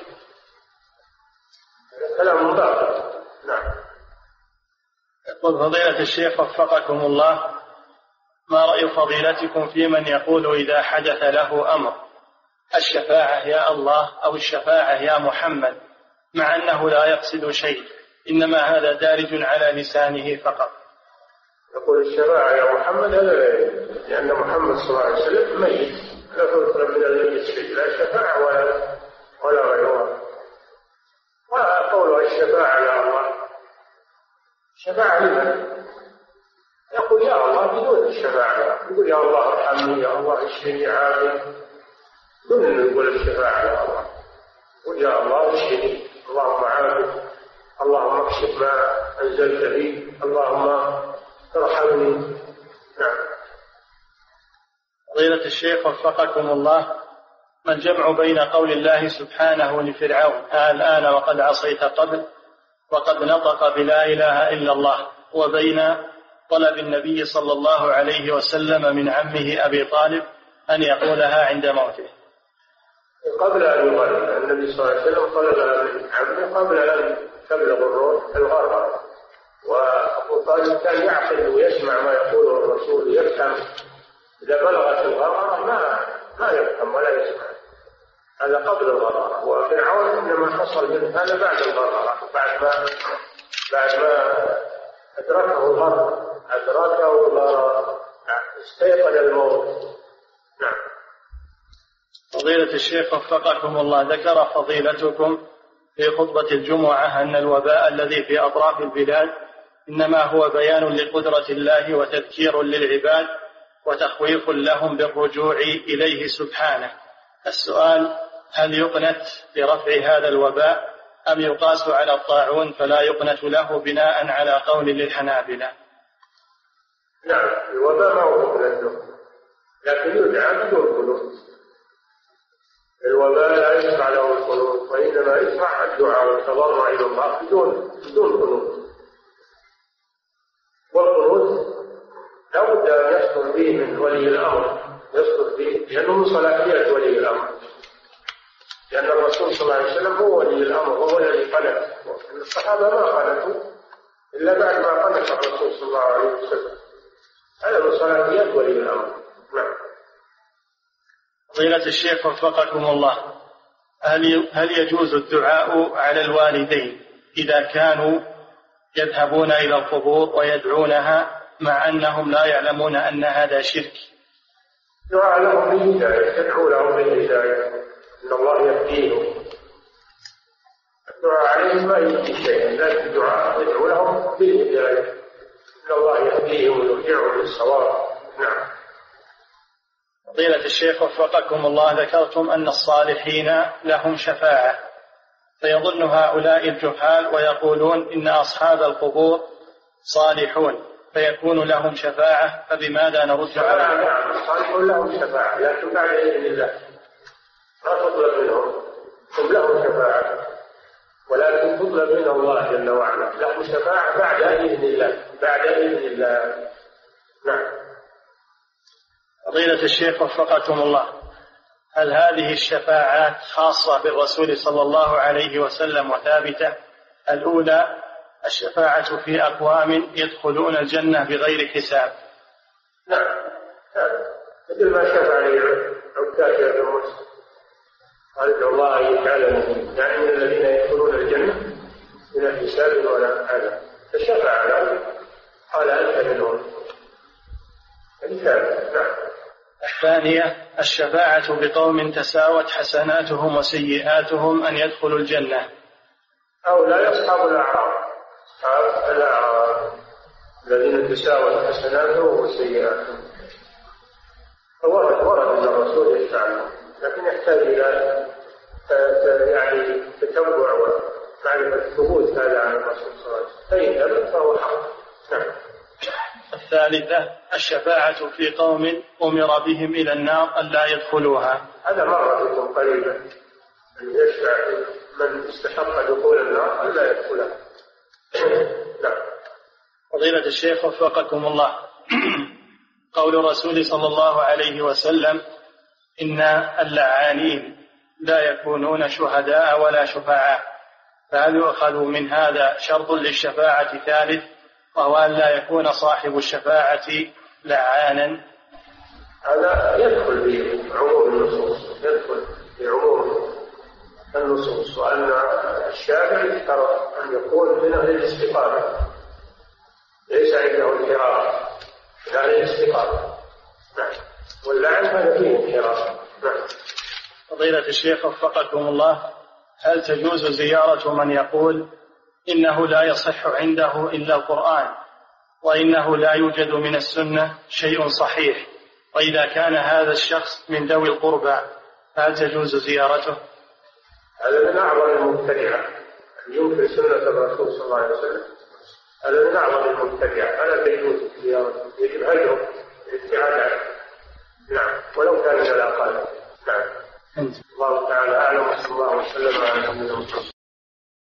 Speaker 2: كلام باطل. نعم.
Speaker 1: يقول فضيلة الشيخ وفقكم الله، ما رأي فضيلتكم في من يقول إذا حدث له أمر الشفاعة يا الله أو الشفاعة يا محمد، مع أنه لا يقصد شيء، إنما هذا دارج على لسانه فقط؟
Speaker 2: يقول الشفاعة يا محمد هذا لأن محمد صلى الله عليه وسلم ميت، لا تطلب من الميت شيء، لا شفاعة ولا غيرها. وقوله الشفاعة يا الله، شفاعة لمن؟ يقول يا الله بدون الشفاعة، يقول يا الله ارحمني، يا الله اشفني عافني، دون أن يقول الشفاعة يا الله. يقول يا الله اشفني، اللهم عافني، اللهم اكشف ما أنزلت لي، اللهم ارحمني. نعم.
Speaker 1: فضيلة الشيخ وفقكم الله، ما الجمع بين قول الله سبحانه لفرعون الآن وقد عصيت قبل وقد نطق بلا إله إلا الله، وبين طلب النبي صلى الله عليه وسلم من عمه أبي طالب أن يقولها عند موته؟
Speaker 2: قبل أن يغرق النبي صلى الله عليه وسلم طلبها من عمه قبل أن تبلغ الروح الغرق، وأبو طالب كان يعقل ويسمع ما يقوله الرسول يفهم، إذا بلغت الغرق ما يفهم ولا يسمع، هذا قبل الغرق. وفرعون إنما حصل منه هذا بعد الغرق، بعد ما أدركه الغرق، استيقن الموت. نعم.
Speaker 1: فضيلة الشيخ وفقكم الله، ذكر فضيلتكم في خطبة الجمعة أن الوباء الذي في أطراف البلاد إنما هو بيان لقدرة الله وتذكير للعباد وتخويف لهم بالرجوع إليه سبحانه. السؤال: هل يقنت برفع هذا الوباء أم يقاس على الطاعون فلا يقنت له بناء على قول للحنابلة؟
Speaker 2: نعم، الوباء ما هو مقنت، لكن يدعى بدون قنوت. الوباء لا يشرع له القنوت، وإنما يشرع الدعاء والتضرع إلى الله بدون قنوت. والقنوت لا بد أن يصدر به من ولي الأمر، يصدر به لأنه من صلاحيات ولي الأمر، لأن الرسول صلى الله عليه وسلم هو ولي الأمر وهو الذي قنت. الصحابة ما قنتوا إلا بعد ما قنت الرسول صلى الله عليه وسلم، هذا من صلاحيات ولي الأمر. نعم.
Speaker 1: فضيلة الشيخ وفقكم الله، هل يجوز الدعاء على الوالدين إذا كانوا يذهبون إلى القبور ويدعونها مع أنهم لا يعلمون أن هذا شرك؟
Speaker 2: دعاء لهم بالهداية، يدعو لهم بالهداية، إن الله يهديهم. الدعاء عليهم ما يجزي شيئا، لكن الدعاء يدعو لهم بالهداية، إن الله يهديهم ويرجعهم للصواب. نعم.
Speaker 1: فضيلة الشيخ وفقكم الله، ذكرتم أن الصالحين لهم شفاعة، فيظن هؤلاء الجهال ويقولون إن أصحاب القبور صالحون فيكون لهم شفاعة، فبماذا نرد عليهم؟
Speaker 2: نعم، الصالحون لهم شفاعة لكن بعد إذن الله، ما تطلب منهم، هم لهم شفاعة ولكن تطلب من الله جل وعلا، لهم شفاعة بعد إذن الله، بعد إذن الله. نعم.
Speaker 1: فضيلة الشيخ وفقكم الله، هل هذه الشفاعات خاصة بالرسول صلى الله عليه وسلم وثابتة؟ الأولى الشفاعة في أقوام يدخلون الجنة بغير حساب.
Speaker 2: نعم، مثل ما شفع عكاشة بن مسلم قال ادعو الله أن يجعلني يعني من الذين يدخلون الجنة بلا حساب ولا عذاب، فشفع له قال أنت منهم. نعم.
Speaker 1: الثانية الشفاعة بقوم تساوت حسناتهم وسيئاتهم أن يدخلوا الجنة.
Speaker 2: أو لا يصحب الأعراب الذين تساوت حسناتهم وسيئاتهم، ورد أن الرسول يشفع لهم، لكن يحتاج إلى يعني تتبع ومعرفة ثبوت هذا عن الرسول صلى الله عليه وسلم، فإن ثبت فهو حق. نعم.
Speaker 1: الثالثة الشفاعة في قوم أمر بهم إلى النار ألا يدخلوها.
Speaker 2: هذا مر بكم قريبا، أن يشفع من استحق دخول النار ألا يدخلها. نعم.
Speaker 1: فضيلة الشيخ وفقكم الله، قول الرسول صلى الله عليه وسلم إن اللعانين لا يكونون شهداء ولا شفعاء، فهل يؤخذ من هذا شرط للشفاعة ثالث، وهو أن لا يكون صاحب الشفاعة لعانا؟
Speaker 2: هذا يدخل في عموم النصوص، يدخل في عموم النصوص، وأن الشافع يشترط أن يكون من أهل الاستقامة، ليس عنده انحراف، من أهل الاستقامة. نعم. واللعن هذا فيه انحراف. نعم.
Speaker 1: فضيلة الشيخ وفقكم الله، هل تجوز زيارة من يقول إنه لا يصح عنده إلا القرآن، وإنه لا يوجد من السنة شيء صحيح، وإذا كان هذا الشخص من ذوي القربى فهل تجوز زيارته؟
Speaker 2: هذا من أعظم المبتدعة، ينكر سنة الرسول صلى الله عليه وسلم، هذا من أعظم المبتدعة، فلا تجوز زيارته، يجب هجره الابتعاد عنه. نعم، ولو كان من الأقل. نعم. الله تعالى أعلم، وصلى الله وسلم على نبينا محمد.